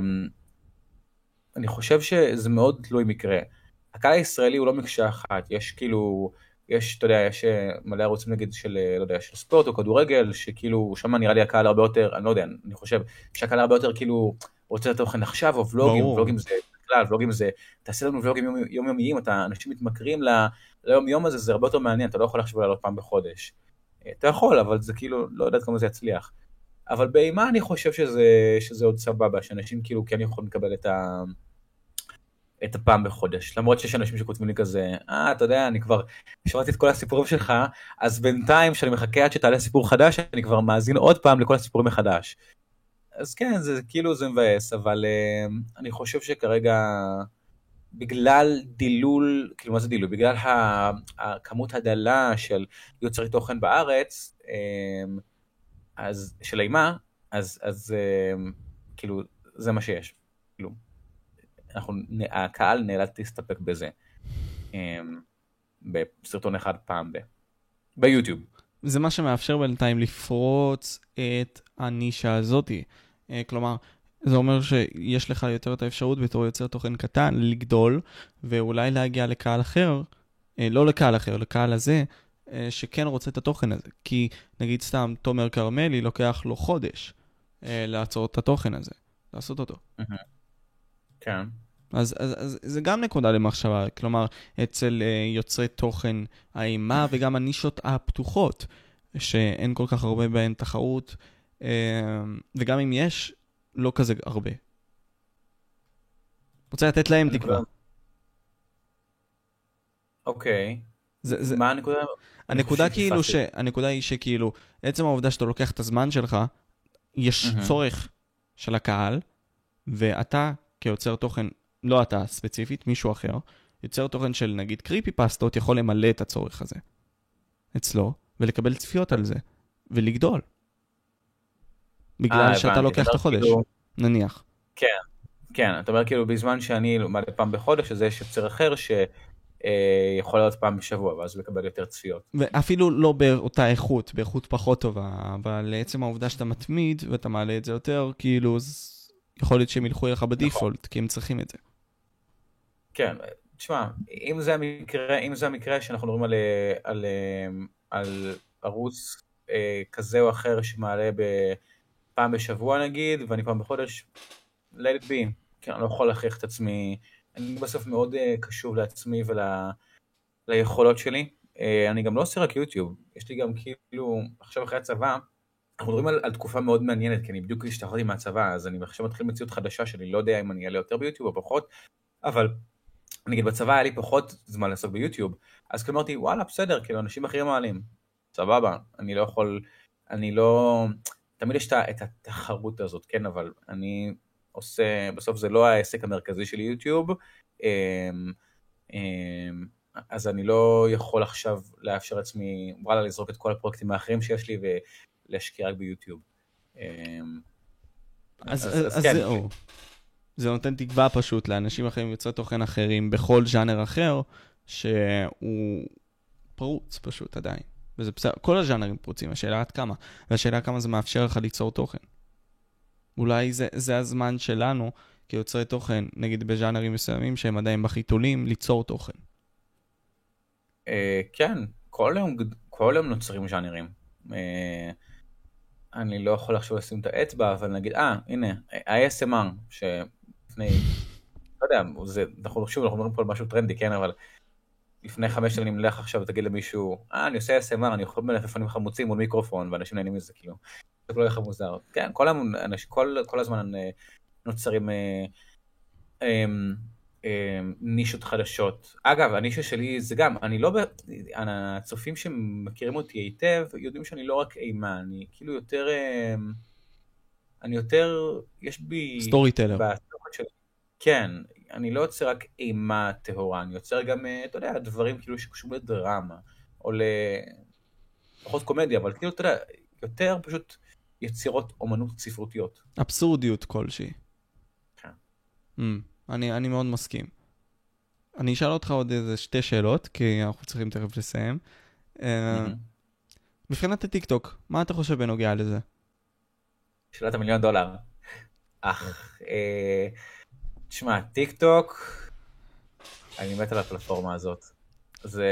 S3: אני חושב שזה מאוד תלוי מקרה. הקהל הישראלי הוא לא מקשה אחת, יש כאילו, אתה יודע, יש מלא ערוצים נגיד של, לא יודע, של ספורט או כדורגל, שכאילו, שמה נראה לי הקהל הרבה יותר, אני לא יודע, אני חושב שהקהל הרבה יותר כאילו, רוצה לתוכן עכשיו, או ולוגים, ולוגים זה בכלל, ולוגים זה, תעשה לנו ולוגים יומיומיים, אנשים מתמכרים ליום יום הזה זה הרבה יותר מעניין, אתה לא יכול לחשוב עליו פעם בחודש. אתה יכול, אבל זה כאילו, לא יודעת כמה זה יצליח. אבל באימה אני חושב שזה עוד סבבה, שאנשים כאילו כן יכולים לקבל את הפעם בחודש. למרות שיש אנשים שכותבים לי כזה, אתה יודע, אני כבר שמעתי את כל הסיפורים שלך, אז בינתיים שאני מחכה עד שתעלה סיפור חדש, אני כבר מאזין עוד פעם לכל הסיפורים מחדש. אז כן, זה כאילו זה מבאס, אבל אני חושב שכרגע, בגלל דילול, כאילו מה זה דילול? בגלל הכמות הדלה של יוצרי תוכן בארץ, אז של אימה, אז כאילו זה מה שיש. כאילו, הקהל נאלץ להסתפק בזה. בסרטון אחד פעם ביוטיוב.
S2: זה מה שמאפשר בינתיים לפרוץ את הנישה הזאת. כלומר, זה אומר שיש לך יותר את האפשרות בתור יוצר תוכן קטן לגדול, ואולי להגיע לקהל אחר, לא לקהל אחר, לקהל הזה, שכן רוצה את התוכן הזה. כי נגיד סתם תומר קרמלי לוקח לו חודש לעצור את התוכן הזה, לעשות אותו.
S3: כן.
S2: אז זה גם נקודה למחשבה, כלומר, אצל יוצרי תוכן האימה וגם הנישות הפתוחות, שאין כל כך הרבה בהן תחרות, וגם אם יש, לא כזה הרבה. רוצה לתת להם תקווה.
S3: אוקיי. מה הנקודה?
S2: הנקודה היא שכאילו, עצם העובדה שאתה לוקח את הזמן שלך, יש צורך של הקהל, ואתה כיוצר תוכן, לא אתה ספציפית, מישהו אחר, יוצר תוכן של נגיד קריפי פסטות, יכול למלא את הצורך הזה אצלו, ולקבל צפיות על זה, ולגדול. בגלל שאתה לוקח את החודש, נניח.
S3: כן, כן, אתה אומר כאילו בזמן שאני לומד פעם בחודש, אז יש יוצר אחר שיכול להיות פעם בשבוע, ואז הוא יקבל יותר צפיות.
S2: ואפילו לא באותה איכות, באיכות פחות טובה, אבל לעצם העובדה שאתה מתמיד, ואתה מעלה את זה יותר, כאילו יכול להיות שהם ילכו אליך בדיפולט, כי הם צריכים את זה.
S3: כן, תשמע, אם זה המקרה שאנחנו מדברים על ערוץ כזה או אחר שמעלה פעם בשבוע נגיד, ואני פעם בחודש, let it be, כי אני לא יכול להכריח את עצמי, אני בסוף מאוד קשוב לעצמי וליכולות שלי, אני גם לא עושה רק יוטיוב, יש לי גם כאילו, עכשיו אחרי הצבא, אנחנו מדברים על תקופה מאוד מעניינת, כי אני בדיוק השתחררתי מהצבא, אז אני עכשיו מתחיל מציאות חדשה שאני לא יודע אם אני אעלה יותר ביוטיוב או פחות, אבל נגיד בצבא היה לי פחות זמן לעסוק ביוטיוב, אז כאילו אמרתי, וואלה, בסדר, כאילו אנשים אחרים מעלים, סבבה, אני לא, תמיד יש את התחרות הזאת, כן, אבל אני עושה, בסוף זה לא העסק המרכזי של יוטיוב, אז אני לא יכול עכשיו לאפשר עצמי, וואלה, לזרוק את כל הפרויקטים האחרים שיש לי ולהשקיע רק ביוטיוב.
S2: אז זהו. זה נותן תקווה פשוט לאנשים אחרים יוצרי תוכן אחרים בכל ז'אנר אחר, שהוא פרוץ פשוט עדיין. וזה בסדר, כל הז'אנרים פרוצים, השאלה עד כמה, והשאלה כמה זה מאפשר לך ליצור תוכן. אולי זה הזמן שלנו, כיוצרי תוכן, נגיד בז'אנרים מסוימים, שהם עדיין בחיתולים, ליצור תוכן.
S3: כן, כל יום נוצרים ז'אנרים. אני לא יכול עכשיו לשים את האצבע, אבל נגיד, הנה, ה-ASMR, שלפני, לא יודע, אנחנו מדברים פה על משהו טרנדי, כן, אבל לפני 5 שנים נלך עכשיו ותגיד למישהו, אני עושה ASMR, אני יכול מלפפונים חמוצים מול מיקרופון, ואנשים נהנים מזה, כאילו, זה לא יחד מוזר. כן, כל הזמן נוצרים נישות חדשות. אגב, הנישה שלי זה גם, הצופים שמכירים אותי היטב, יודעים שאני לא רק אימה, אני כאילו יותר, יש בי...
S2: סטורי טלר.
S3: כן, אני לא יוצר רק אימה טהורה, אני יוצר גם, אתה יודע, דברים כאילו שקשורים לדרמה, או פחות קומדיה, אבל כאילו, אתה יודע, יותר פשוט יצירות אומנות ספרותיות.
S2: אבסורדיות כלשהי.
S3: כן.
S2: אני מאוד מסכים. אני אשאל אותך עוד איזה 2 שאלות, כי אנחנו צריכים תכף לסיים. מבחינת הטיקטוק, מה אתה חושב בנוגע לזה?
S3: שאלת $1,000,000. תשמע, טיקטוק, אני מת על הפלטפורמה הזאת. זה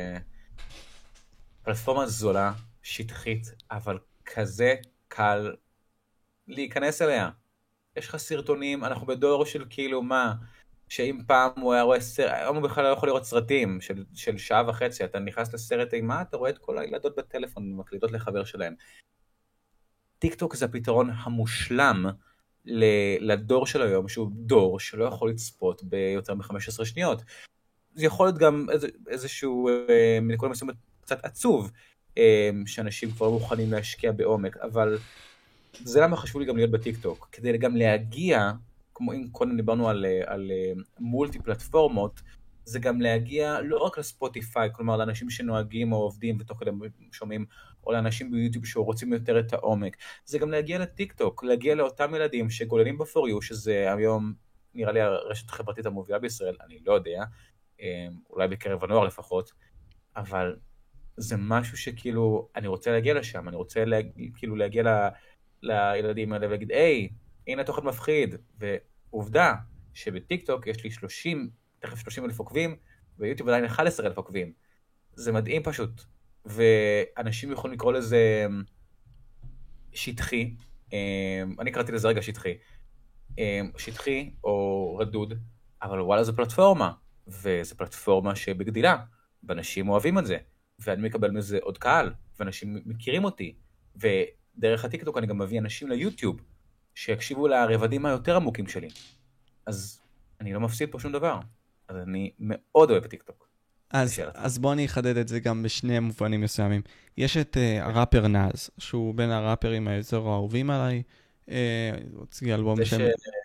S3: פלטפורמה זולה, שטחית, אבל כזה קל להיכנס אליה. יש לך סרטונים, אנחנו בדור של כאילו מה, שאם פעם הוא היה רואה סרט, היום הוא בכלל לא יכול לראות סרטים של שעה וחצי, אתה נכנס לסרט אימה, אתה רואה את כל הילדות בטלפון, מקליטות לחבר שלהם. טיק טוק זה הפתרון המושלם לדור של היום, שהוא דור שלא יכול לצפות ביותר מ-15 שניות. זה יכול להיות גם איזשהו מנקודה מסוימת קצת עצוב, שאנשים כבר מוכנים להשקיע בעומק, אבל זה למה חשוב לי גם להיות בטיק טוק, כדי גם להגיע, כמו אם קודם דיברנו על מולטי פלטפורמות, זה גם להגיע לא רק לספוטיפיי, כלומר לאנשים שנוהגים או עובדים ותוך כדי שומעים, או לאנשים ביוטיוב שרוצים יותר את העומק, זה גם להגיע לטיק טוק, להגיע לאותם ילדים שגוללים ב4U, שזה היום נראה לי הרשת החברתית המובילה בישראל, אני לא יודע, אולי בקרב הנוער לפחות, אבל זה משהו שכאילו, אני רוצה להגיע לשם, אני רוצה כאילו להגיע לילדים האלה ולהגיד, היי, הנה תוכן מפחיד, ועובדה שבטיק טוק יש לי 30,000 עוקבים, ויוטיוב עדיין 11,000 עוקבים. זה מדהים פשוט, ואנשים יכולים לקרוא לזה שטחי, אני קראתי לזה רגע שטחי או רדוד, אבל וואלה זו פלטפורמה, וזו פלטפורמה שבגדילה, ואנשים אוהבים את זה, ואני מקבל מזה עוד קהל, ואנשים מכירים אותי, ודרך הטיקטוק אני גם מביא אנשים ליוטיוב, שיקשיבו לרבדים היותר עמוקים שלי. אז אני לא מפסיד פה שום דבר. אז אני מאוד אוהב את טיקטוק.
S2: אז בוא אני אחדד את זה גם בשני מובנים מסוימים. יש את הראפר נאז, שהוא בין הראפרים היותר האהובים עליי. הוציא אלבום בשם...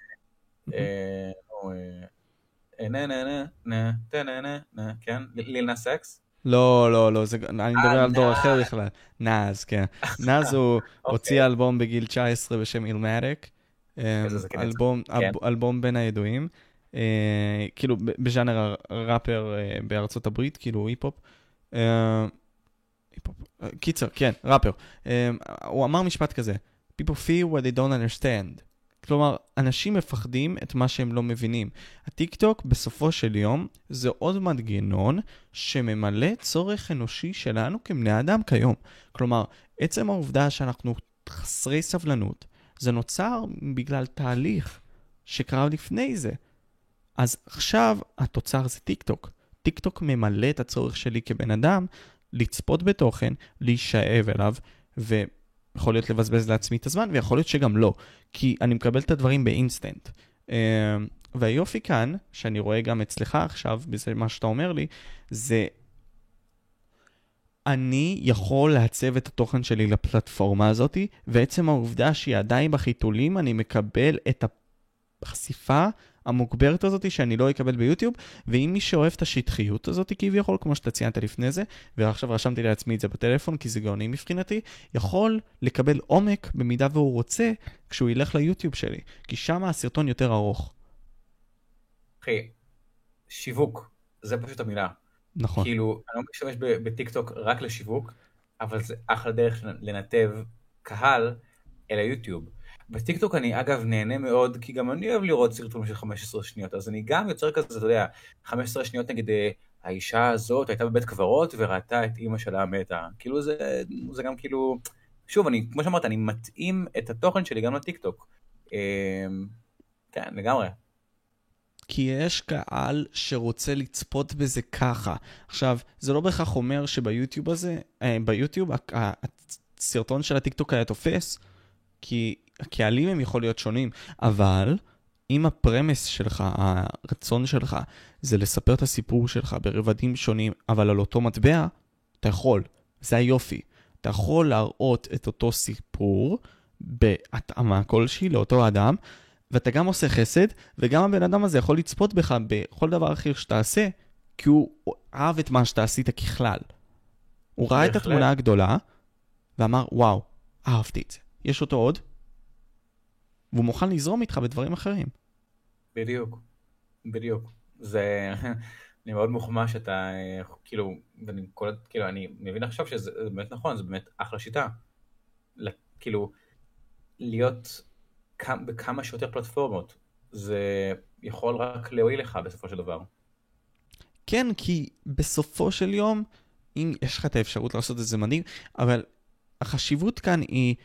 S3: כן? ליל נאס אקס?
S2: לא, אני מדבר על דור אחר בכלל. נאז, כן. נאז הוא הוציא אלבום בגיל 19 בשם אילמטיק. אלבום בין הידועים. כאילו בז'אנר ראפר בארצות הברית, כאילו היפ-הופ. קיצר, כן, ראפר. הוא אמר משפט כזה, People fear what they don't understand. כלומר, אנשים מפחדים את מה שהם לא מבינים. הטיק-טוק בסופו של יום זה עוד מנגנון שממלא צורך אנושי שלנו כבני אדם כיום. כלומר, עצם העובדה שאנחנו חסרי סבלנות, זה נוצר בגלל תהליך שקרה לפני זה. אז עכשיו התוצר זה טיק-טוק. טיק-טוק ממלא את הצורך שלי כבן אדם לצפות בתוכן, להישאב אליו, ויכול להיות לבזבז לעצמי את הזמן, ויכול להיות שגם לא, כי אני מקבל את הדברים באינסטנט. והיופי כאן, שאני רואה גם אצלך עכשיו, בזה מה שאתה אומר לי, זה אני יכול לעצב את התוכן שלי לפלטפורמה הזאת, ועצם העובדה שהיא עדיין בחיתולים, אני מקבל את החשיפה המוגברת הזאת שאני לא אקבל ביוטיוב, ואם מי שאוהב את השטחיות הזאת כביכול, כמו שאתה ציינת לפני זה, ועכשיו רשמתי לעצמי את זה בטלפון, כי זה גאוני מבחינתי, יכול לקבל עומק במידה והוא רוצה, כשהוא ילך ליוטיוב שלי, כי שם הסרטון יותר ארוך.
S3: אחי, שיווק, זה פשוט המילה.
S2: נכון.
S3: כאילו, אני לא משתמש בטיקטוק רק לשיווק, אבל זה אחלה דרך לנתב קהל אל היוטיוב. בטיקטוק אני אגב נהנה מאוד, כי גם אני אוהב לראות סרטון של 15 שניות, אז אני גם יוצר כזה, אתה יודע, 15 שניות נגד האישה הזאת, הייתה בבית קברות וראתה את אמא שלה מתה. כאילו זה גם כאילו, שוב, כמו שאמרת, אני מתאים את התוכן שלי גם לטיקטוק. כן, לגמרי.
S2: כי יש קהל שרוצה לצפות בזה ככה. עכשיו, זה לא בהכרח אומר שביוטיוב הזה, ביוטיוב, הסרטון של הטיקטוק היה תופס, כי הקהלים הם יכול להיות שונים, אבל אם הפרמס שלך, הרצון שלך, זה לספר את הסיפור שלך ברבדים שונים, אבל על אותו מטבע, אתה יכול. זה היופי. אתה יכול להראות את אותו סיפור בהתאמה כלשהי לאותו אדם, ואתה גם עושה חסד, וגם הבן אדם הזה יכול לצפות בך בכל דבר אחר שתעשה, כי הוא אהב את מה שאתה עשית ככלל. הוא ראה את התמונה הגדולה, ואמר, וואו, אהבתי את זה. יש אותו עוד, והוא מוכן לזרום איתך בדברים אחרים.
S3: בדיוק. זה, אני מאוד מוחמא שאתה, כאילו, אני מבין עכשיו שזה באמת נכון, זה באמת אחלה שיטה. כאילו, להיות בכמה שיותר פלטפורמות, זה יכול רק להועיל לך בסופו של דבר.
S2: כן, כי בסופו של יום, אם יש לך את האפשרות לעשות את זה מדהים, אבל החשיבות כאן היא,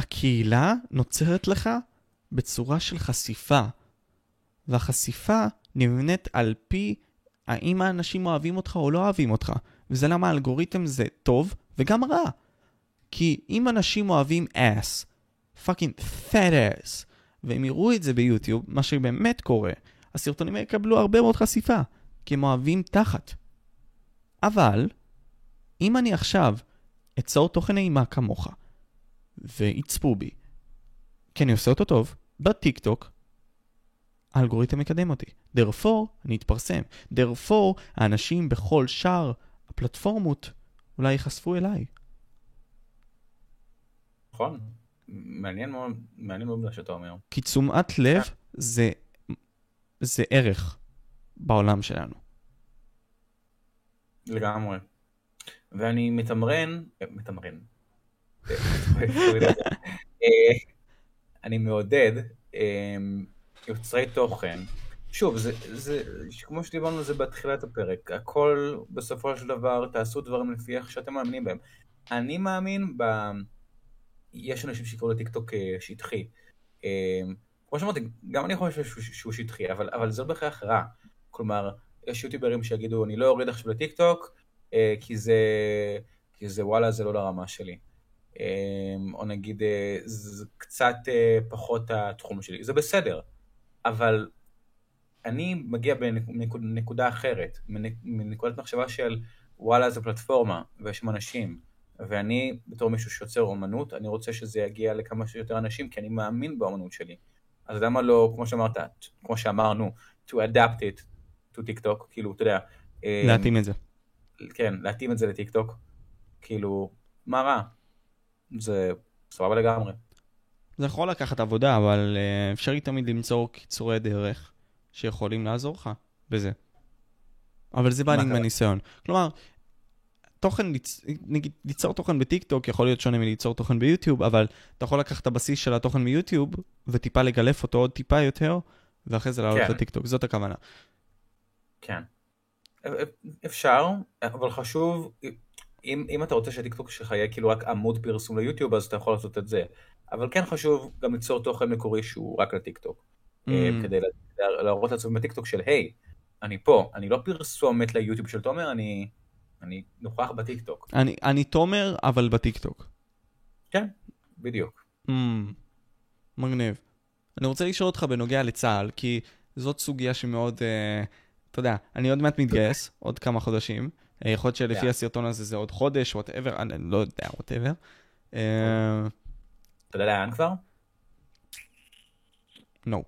S2: הקהילה נוצרת לך בצורה של חשיפה, והחשיפה נבנית על פי האם האנשים אוהבים אותך או לא אוהבים אותך. וזה למה האלגוריתם זה טוב וגם רע. כי אם אנשים אוהבים ass, fucking fat ass, והם יראו את זה ביוטיוב, מה שבאמת קורה, הסרטונים יקבלו הרבה מאוד חשיפה, כי הם אוהבים תחת. אבל, אם אני עכשיו אצור תוכן אימה כמוך, ויצפו בי, כי אני עושה אותו טוב, בטיק טוק, האלגוריתם מקדם אותי. therefore, אני אתפרסם. therefore, האנשים בכל שאר הפלטפורמות אולי יחשפו אליי.
S3: נכון. מעניין מאוד מה שאתה אומר.
S2: כי תשומת לב זה ערך בעולם שלנו.
S3: לגמרי. ואני מתמרן, אני מעודד יוצרי תוכן. שוב, זה כמו שדיברנו זה בתחילת הפרק, הכל בסופו של דבר תעשו דברים לפי איך שאתם מאמינים בהם. אני מאמין יש אנשים שיקראו לטיקטוק שטחי. כמו שאמרתי, גם אני חושב שהוא שטחי, אבל זה לא בהכרח רע. כלומר, יש יוטיוברים שיגידו, אני לא אוריד עכשיו לטיקטוק, כי זה וואלה, זה לא לרמה שלי. או נגיד, זה קצת פחות התחום שלי. זה בסדר, אבל אני מגיע בנקודה אחרת, מנקודת מחשבה של וואלה, זה פלטפורמה, ויש שם אנשים, ואני בתור מישהו שיוצר אומנות, אני רוצה שזה יגיע לכמה שיותר אנשים, כי אני מאמין באומנות שלי. אז למה לא, כמו שאמרנו, to adapt it to TikTok, כאילו, אתה יודע.
S2: להתאים את זה.
S3: כן, להתאים את זה לטיקטוק. כאילו, מה רע? זה סבבה לגמרי.
S2: זה יכול לקחת עבודה, אבל אפשרי תמיד למצוא קיצורי דרך שיכולים לעזור לך בזה. אבל זה בא לי מהניסיון. כלומר, נגיד, ליצור תוכן בטיקטוק יכול להיות שונה מליצור תוכן ביוטיוב, אבל אתה יכול לקחת את הבסיס של התוכן מיוטיוב, וטיפה לגלף אותו עוד טיפה יותר, ואחרי זה לעלות לטיקטוק. זאת הכוונה.
S3: כן. אפשר, אבל חשוב, אם אתה רוצה שהטיקטוק שלך יהיה כאילו רק עמוד פרסום ליוטיוב, אז אתה יכול לעשות את זה. אבל כן חשוב גם ליצור תוכן מקורי שהוא רק לטיקטוק. כדי להראות לעצמם בטיקטוק של, היי, אני פה, אני לא פרסומת ליוטיוב של תומר, אני נוכח בטיקטוק.
S2: אני תומר, אבל בטיקטוק.
S3: כן, בדיוק.
S2: מגניב. אני רוצה לשאול אותך בנוגע לצה"ל, כי זאת סוגיה שמאוד, אתה יודע, אני עוד מעט מתגייס, עוד כמה חודשים. יכול להיות שלפי הסרטון הזה זה עוד חודש, whatever, אני לא יודע, whatever.
S3: אתה יודע לאן כבר?
S2: נופ.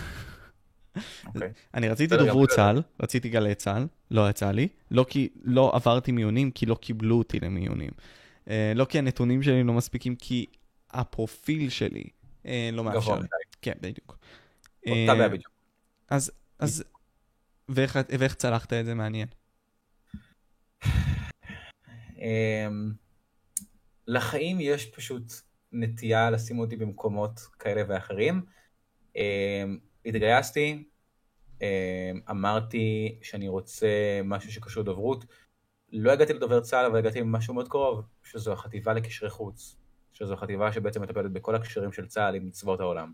S2: אני רציתי דוברות צה"ל, רציתי גלי צה"ל, לא יצא לי, לא כי לא עברתי מיונים, כי לא קיבלו אותי למיונים. לא כי הנתונים שלי לא מספיקים, כי הפרופיל שלי לא מאפשר. כן, בדיוק.
S3: אותה בעיה בדיוק.
S2: אז, ואיך צלחת את זה מעניין?
S3: לחיים יש פשוט נטייה לשים אותי במקומות כאלה ואחרים. התגייסתי, אמרתי שאני רוצה משהו שקשור לדוברות, לא הגעתי לדובר צה"ל, אבל הגעתי למשהו מאוד קרוב, שזו החטיבה לקשרי חוץ, שזו החטיבה שבעצם מטפלת בכל הקשרים של צה"ל עם מצוות העולם.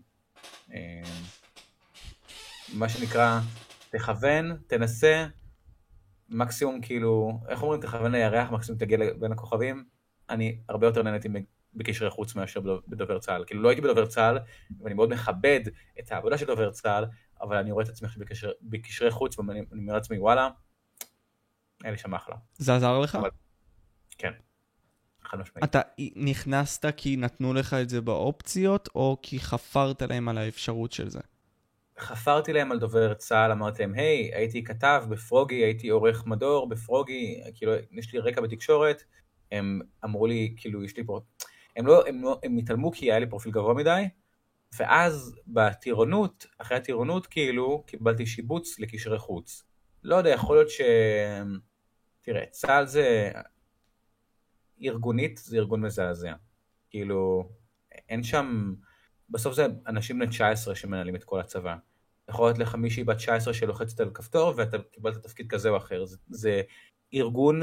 S3: מה שנקרא, תכוון, תנסה, מקסימום כאילו, איך אומרים, תכוון לירח, מקסימום תגיע בין הכוכבים, אני הרבה יותר נהניתי בקשרי חוץ מאשר בדובר צה"ל. כאילו לא הייתי בדובר צה"ל, ואני מאוד מכבד את העבודה של דובר צה"ל, אבל אני רואה את עצמי בקשרי חוץ, ואני אומר לעצמי, וואלה, אין לי שם אחלה.
S2: זה עזר לך?
S3: כן. חד משמעית.
S2: אתה נכנסת כי נתנו לך את זה באופציות, או כי חפרת להם על האפשרות של זה?
S3: חפרתי להם על דובר צה"ל, אמרתי להם, היי, הייתי כתב בפרוגי, הייתי עורך מדור בפרוגי, כאילו, יש לי רקע בתקשורת, הם אמרו לי, כאילו, יש לי פה, הם התעלמו כי היה לי פרופיל גבוה מדי, ואז בטירונות, אחרי הטירונות, כאילו, קיבלתי שיבוץ לקשרי חוץ. לא יודע, יכול להיות תראה, צה"ל זה, ארגונית, זה ארגון מזעזע. כאילו, אין שם, בסוף זה אנשים בני 19 שמנהלים את כל הצבא. יכול להיות לך מישהי בת 19 שלוחצת על כפתור, ואתה קיבלת תפקיד כזה או אחר. זה ארגון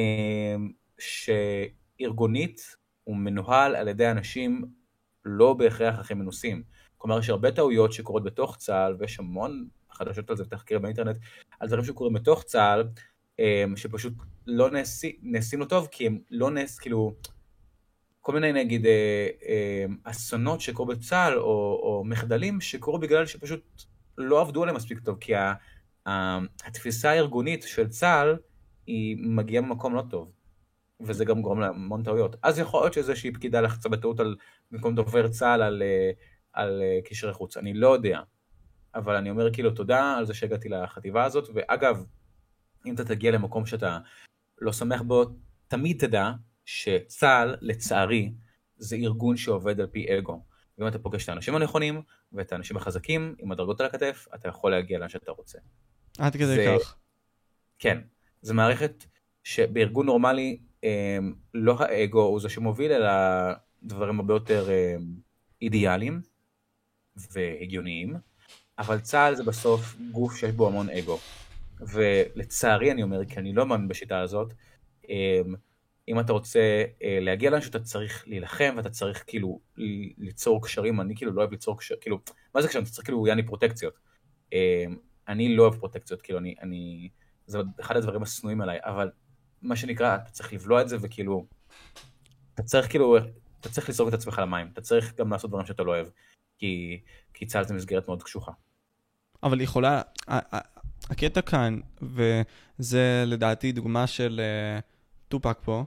S3: שארגונית הוא מנוהל על ידי אנשים לא בהכרח הכי מנוסים. כלומר, יש הרבה טעויות שקורות בתוך צה"ל, ויש המון חדשות על זה ותחקיר באינטרנט, על דברים שקורים בתוך צה"ל, שפשוט לא נעשים לו טוב, כי הם לא כאילו, כל מיני נגיד אסונות שקורו בצה"ל, או מחדלים שקורו בגלל שפשוט לא עבדו עליהם מספיק טוב, כי התפיסה הארגונית של צה"ל, היא מגיעה ממקום לא טוב. וזה גם גורם להמון טעויות. אז יכול להיות שאיזושהי פקידה לחצה בטעות על במקום דובר צה"ל על קשרי חוץ. אני לא יודע. אבל אני אומר כאילו תודה על זה שהגעתי לחטיבה הזאת, ואגב, אם אתה תגיע למקום שאתה לא שמח בו, תמיד תדע שצה"ל, לצערי, זה ארגון שעובד על פי אגו. ואם אתה פוגש את האנשים הנכונים, ואת האנשים החזקים, עם הדרגות על הכתף, אתה יכול להגיע לאן שאתה רוצה.
S2: עד כדי כך.
S3: כן. זו מערכת שבארגון נורמלי, לא האגו הוא זה שמוביל, אלא דברים הרבה יותר אידיאליים והגיוניים, אבל צה"ל זה בסוף גוף שיש בו המון אגו. ולצערי אני אומר, כי אני לא מאמין בשיטה הזאת, אם אתה רוצה להגיע לאן שאתה צריך להילחם, ואתה צריך כאילו ליצור קשרים, אני כאילו לא אוהב ליצור קשרים, כאילו, מה זה קשרים? אתה צריך כאילו יעני פרוטקציות. אני לא אוהב פרוטקציות, כאילו זה אחד הדברים הסנויים עליי, אבל מה שנקרא, אתה צריך לבלוע את זה, וכאילו, אתה צריך לזרוק את עצמך למים, אתה צריך גם לעשות דברים שאתה לא אוהב, כי צה"ל זה מסגרת מאוד קשוחה.
S2: אבל יכולה, הקטע כאן, וזה לדעתי דוגמה של טופק פה,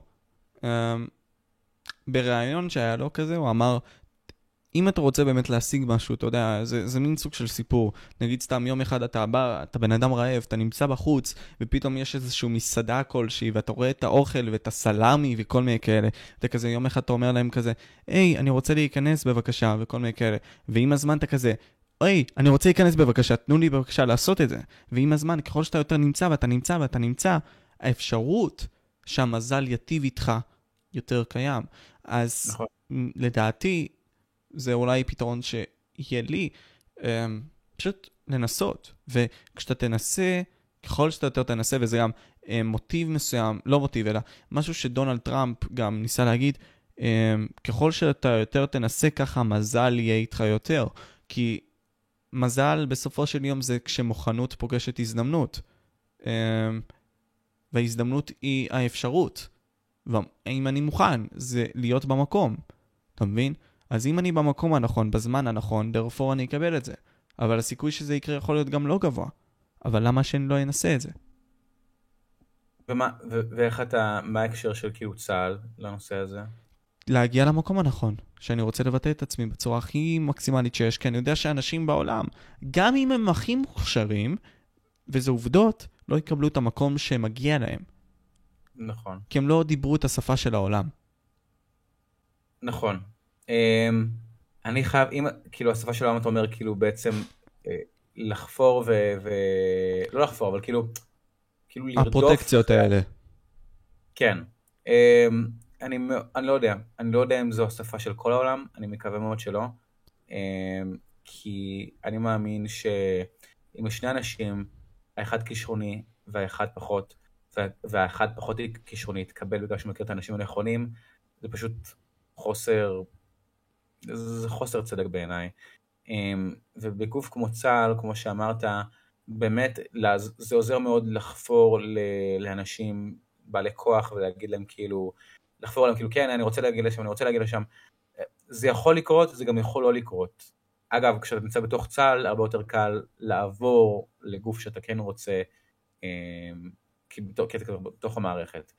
S2: בראיון שהיה לו כזה, הוא אמר, אם אתה רוצה באמת להשיג משהו, אתה יודע, זה מין סוג של סיפור. נגיד סתם יום אחד אתה בא, אתה בן אדם רעב, אתה נמצא בחוץ, ופתאום יש איזשהו מסעדה כלשהי, ואתה רואה את האוכל ואת הסלמי וכל מיני כאלה. אתה כזה, יום אחד אתה אומר להם כזה, היי, אני רוצה להיכנס בבקשה, וכל מיני כאלה. ועם הזמן אתה כזה, היי, אני רוצה להיכנס בבקשה, תנו לי בבקשה לעשות את זה. ועם הזמן, ככל שאתה יותר נמצא ואתה נמצא ואתה נמצא, האפשרות שהמזל יטיב איתך יותר קיים. אז
S3: נכון.
S2: לדעתי, זה אולי פתרון שיהיה לי, פשוט לנסות. וכשאתה תנסה, ככל שאתה יותר תנסה, וזה גם מוטיב מסוים, לא מוטיב, אלא משהו שדונלד טראמפ גם ניסה להגיד, ככל שאתה יותר תנסה, ככה מזל יהיה איתך יותר. כי מזל בסופו של יום זה כשמוכנות פוגשת הזדמנות. וההזדמנות היא האפשרות. ואם אני מוכן, זה להיות במקום. אתה מבין? אז אם אני במקום הנכון, בזמן הנכון, דרפור אני אקבל את זה. אבל הסיכוי שזה יקרה יכול להיות גם לא גבוה. אבל למה שאני לא אנסה את זה?
S3: ואיך מה ההקשר של כאילו צה"ל לנושא הזה?
S2: להגיע למקום הנכון, שאני רוצה לבטא את עצמי בצורה הכי מקסימלית שיש, כי אני יודע שאנשים בעולם, גם אם הם הכי מוכשרים, וזה עובדות, לא יקבלו את המקום שמגיע להם.
S3: נכון.
S2: כי הם לא דיברו את השפה של העולם.
S3: נכון. אני חייב, כאילו השפה של העולם אתה אומר, כאילו בעצם לחפור לא לחפור, אבל כאילו לרדוף.
S2: הפרוטקציות האלה.
S3: כן. אני לא יודע. אני לא יודע אם זו השפה של כל העולם, אני מקווה מאוד שלא. כי אני מאמין שאם יש שני אנשים, האחד כישרוני והאחד פחות, והאחד פחות כישרוני יתקבל בגלל שמכיר את האנשים הנכונים, זה פשוט זה חוסר צדק בעיניי. ובגוף כמו צה"ל, כמו שאמרת, באמת זה עוזר מאוד לחפור לאנשים בעלי כוח ולהגיד להם כאילו, לחפור עליהם כאילו, כן, אני רוצה להגיע לשם, אני רוצה להגיע לשם. זה יכול לקרות, זה גם יכול לא לקרות. אגב, כשאתה נמצא בתוך צה"ל, הרבה יותר קל לעבור לגוף שאתה כן רוצה, בתוך המערכת.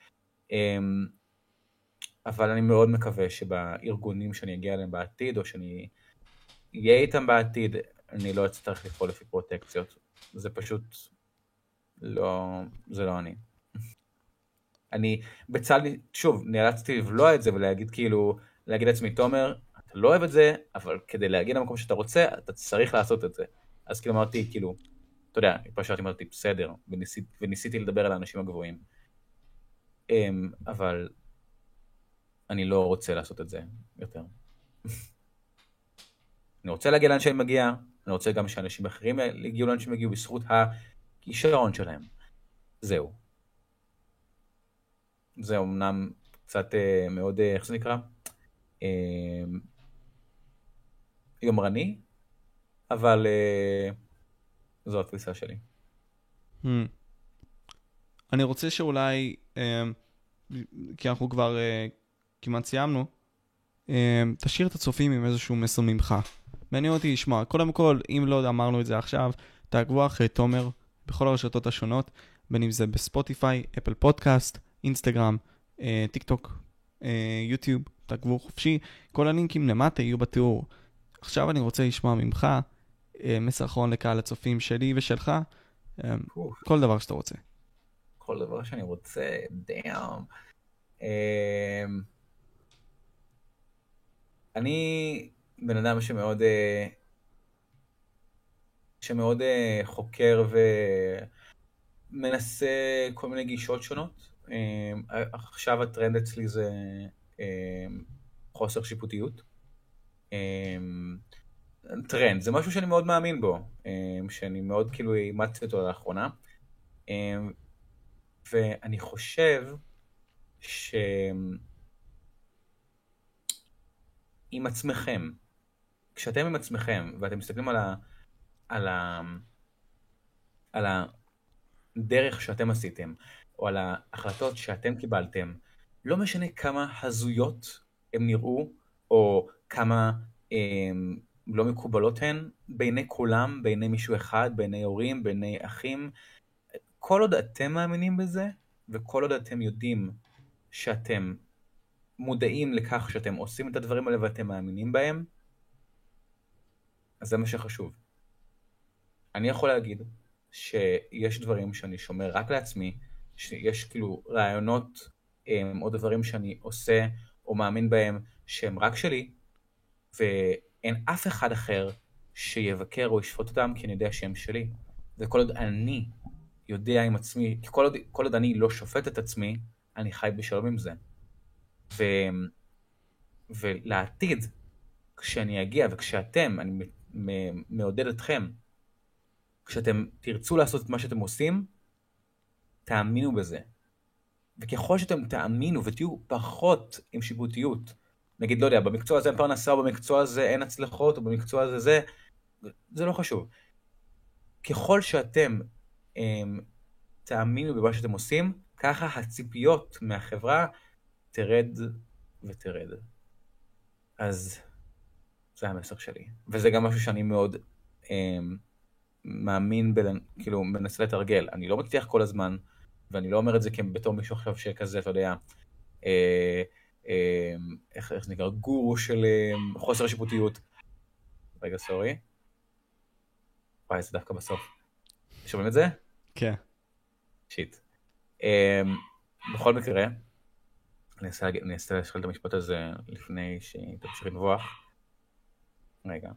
S3: אבל אני מאוד מקווה שבארגונים שאני אגיע אליהם בעתיד, או שאני אהיה איתם בעתיד, אני לא אצטרך לפעול לפי פרוטקציות. זה פשוט זה לא אני. אני בצה"ל, שוב, נאלצתי לבלוע את זה ולהגיד כאילו, להגיד לעצמי, תומר, אתה לא אוהב את זה, אבל כדי להגיע למקום שאתה רוצה, אתה צריך לעשות את זה. אז כאילו אמרתי, כאילו, אתה יודע, פשוט אמרתי, בסדר, וניסיתי לדבר על האנשים הגבוהים. אבל אני לא רוצה לעשות את זה יותר. אני רוצה להגיע לאן שאני מגיע, אני רוצה גם שאנשים אחרים יגיעו לאן שהם הגיעו בזכות הכישרון שלהם. זהו. זה אומנם קצת מאוד, איך זה נקרא? יומרני, אבל זו התפיסה שלי.
S2: אני רוצה שאולי, כי אנחנו כבר כמעט סיימנו, תשאיר את הצופים עם איזשהו מסר ממך. מעניין אותי לשמוע. קודם כל, אם לא אמרנו את זה עכשיו, תעקבו אחרי תומר בכל הרשתות השונות, בין אם זה בספוטיפיי, אפל פודקאסט, אינסטגרם, טיק טוק, יוטיוב, תעקבו חופשי. כל הלינקים למטה יהיו בתיאור. עכשיו אני רוצה לשמוע ממך מסר אחרון לקהל הצופים שלי ושלך, כל דבר שאתה רוצה.
S3: כל דבר שאני רוצה, דאם. אני בן אדם שמאוד חוקר ומנסה כל מיני גישות שונות. עכשיו הטרנד אצלי זה חוסר שיפוטיות. טרנד, זה משהו שאני מאוד מאמין בו, שאני מאוד כאילו אימצתי אותו לאחרונה. ואני חושב עם עצמכם, כשאתם עם עצמכם ואתם מסתכלים על הדרך שאתם עשיתם, או על ההחלטות שאתם קיבלתם, לא משנה כמה הזויות הם נראו, או כמה לא מקובלות הן, בעיני כולם, בעיני מישהו אחד, בעיני הורים, בעיני אחים, כל עוד אתם מאמינים בזה, וכל עוד אתם יודעים שאתם מודעים לכך שאתם עושים את הדברים האלה ואתם מאמינים בהם, אז זה מה שחשוב. אני יכול להגיד שיש דברים שאני שומר רק לעצמי, שיש כאילו רעיונות או דברים שאני עושה או מאמין בהם שהם רק שלי, ואין אף אחד אחר שיבקר או ישפוט אותם, כי אני יודע שהם שלי. וכל עוד אני יודע עם עצמי, כי כל עוד אני לא שופט את עצמי, אני חי בשלום עם זה. ולעתיד, כשאני אגיע וכשאתם, אני מעודד אתכם, כשאתם תרצו לעשות את מה שאתם עושים, תאמינו בזה. וככל שאתם תאמינו ותהיו פחות עם שיפוטיות, נגיד, לא יודע, במקצוע הזה אין פרנסה, או במקצוע הזה אין הצלחות, או במקצוע הזה זה לא חשוב. ככל שאתם תאמינו במה שאתם עושים, ככה הציפיות מהחברה תרד ותרד. אז זה המסר שלי. וזה גם משהו שאני מאוד מאמין, כאילו מנסה לתרגל. אני לא מצליח כל הזמן, ואני לא אומר את זה בתור מישהו עכשיו שכזה, אתה יודע, איך זה נקרא, גורו של חוסר שיפוטיות. רגע, סורי. וואי, זה דווקא בסוף. שומעים את זה?
S2: כן.
S3: שיט. בכל מקרה, אני אנסה להשחיל את המשפט הזה לפני שתמשיך לנבוח. רגע.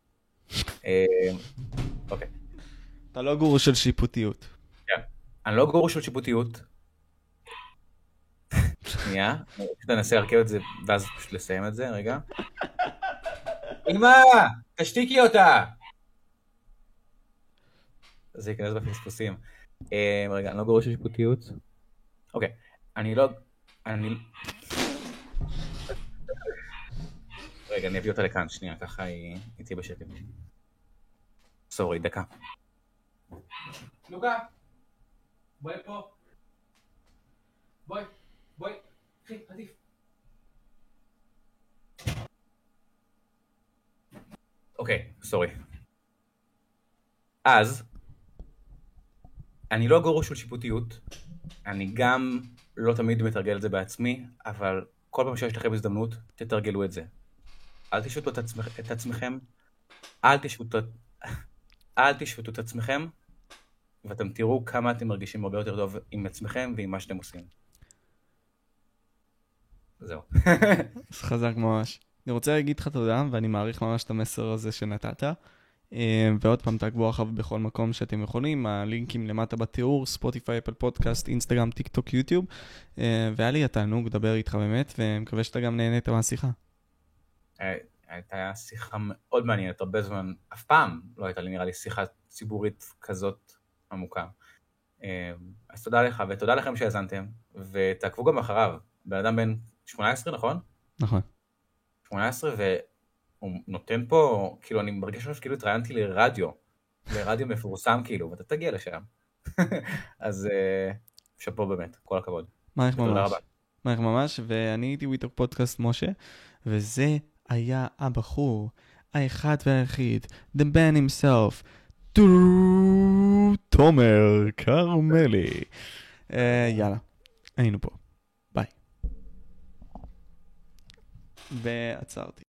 S3: אוקיי.
S2: אתה לא גורו של שיפוטיות.
S3: כן. אני לא גורו של שיפוטיות. שנייה. אני אנסה להרכב את זה, ואז פשוט לסיים את זה, רגע. אמא! תשתיקי אותה! זה ייכנס בפספוסים. רגע, אני לא גורו של שיפוטיות. אוקיי. רגע, אני אביא אותה לכאן, שנייה, ככה היא תהיה בשקט. סורי, דקה. לוקה, בואי פה. בואי, אחי, עדיף. אוקיי, סורי. אז, אני לא גורו של שיפוטיות, אני גם לא תמיד מתרגל את זה בעצמי, אבל כל פעם שיש לכם הזדמנות, תתרגלו את זה. אל תשפטו את עצמכם, אל תשפטו את עצמכם, ואתם תראו כמה אתם מרגישים הרבה יותר טוב עם עצמכם ועם מה שאתם עושים. זהו.
S2: זה חזק ממש. אני רוצה להגיד לך תודה, ואני מעריך ממש את המסר הזה שנתת. ועוד פעם תעקבו אחריו בכל מקום שאתם יכולים, הלינקים למטה בתיאור, ספוטיפיי, אפל פודקאסט, אינסטגרם, טיק טוק, יוטיוב. והיה לי התענוג לדבר איתך באמת, ומקווה שאתה גם נהנית מהשיחה.
S3: הייתה שיחה מאוד מעניינת, הרבה זמן, אף פעם לא הייתה לי נראה לי שיחה ציבורית כזאת עמוקה. אז תודה לך, ותודה לכם שהאזנתם, ותעקבו גם אחריו. בן אדם בן 18, נכון?
S2: נכון.
S3: 18, והוא נותן פה, כאילו אני מרגיש כאילו התראיינתי לרדיו. לרדיו מפורסם כאילו, ואתה תגיע לשם. אז שפו באמת, כל הכבוד.
S2: מעריך
S3: תודה
S2: ממש.
S3: רבה.
S2: מעריך ממש, ואני הייתי וויטר פודקאסט משה, וזה היה הבחור, האחד והיחיד, the man himself, תומר קרמלי. יאללה, היינו פה. ביי. ועצרתי.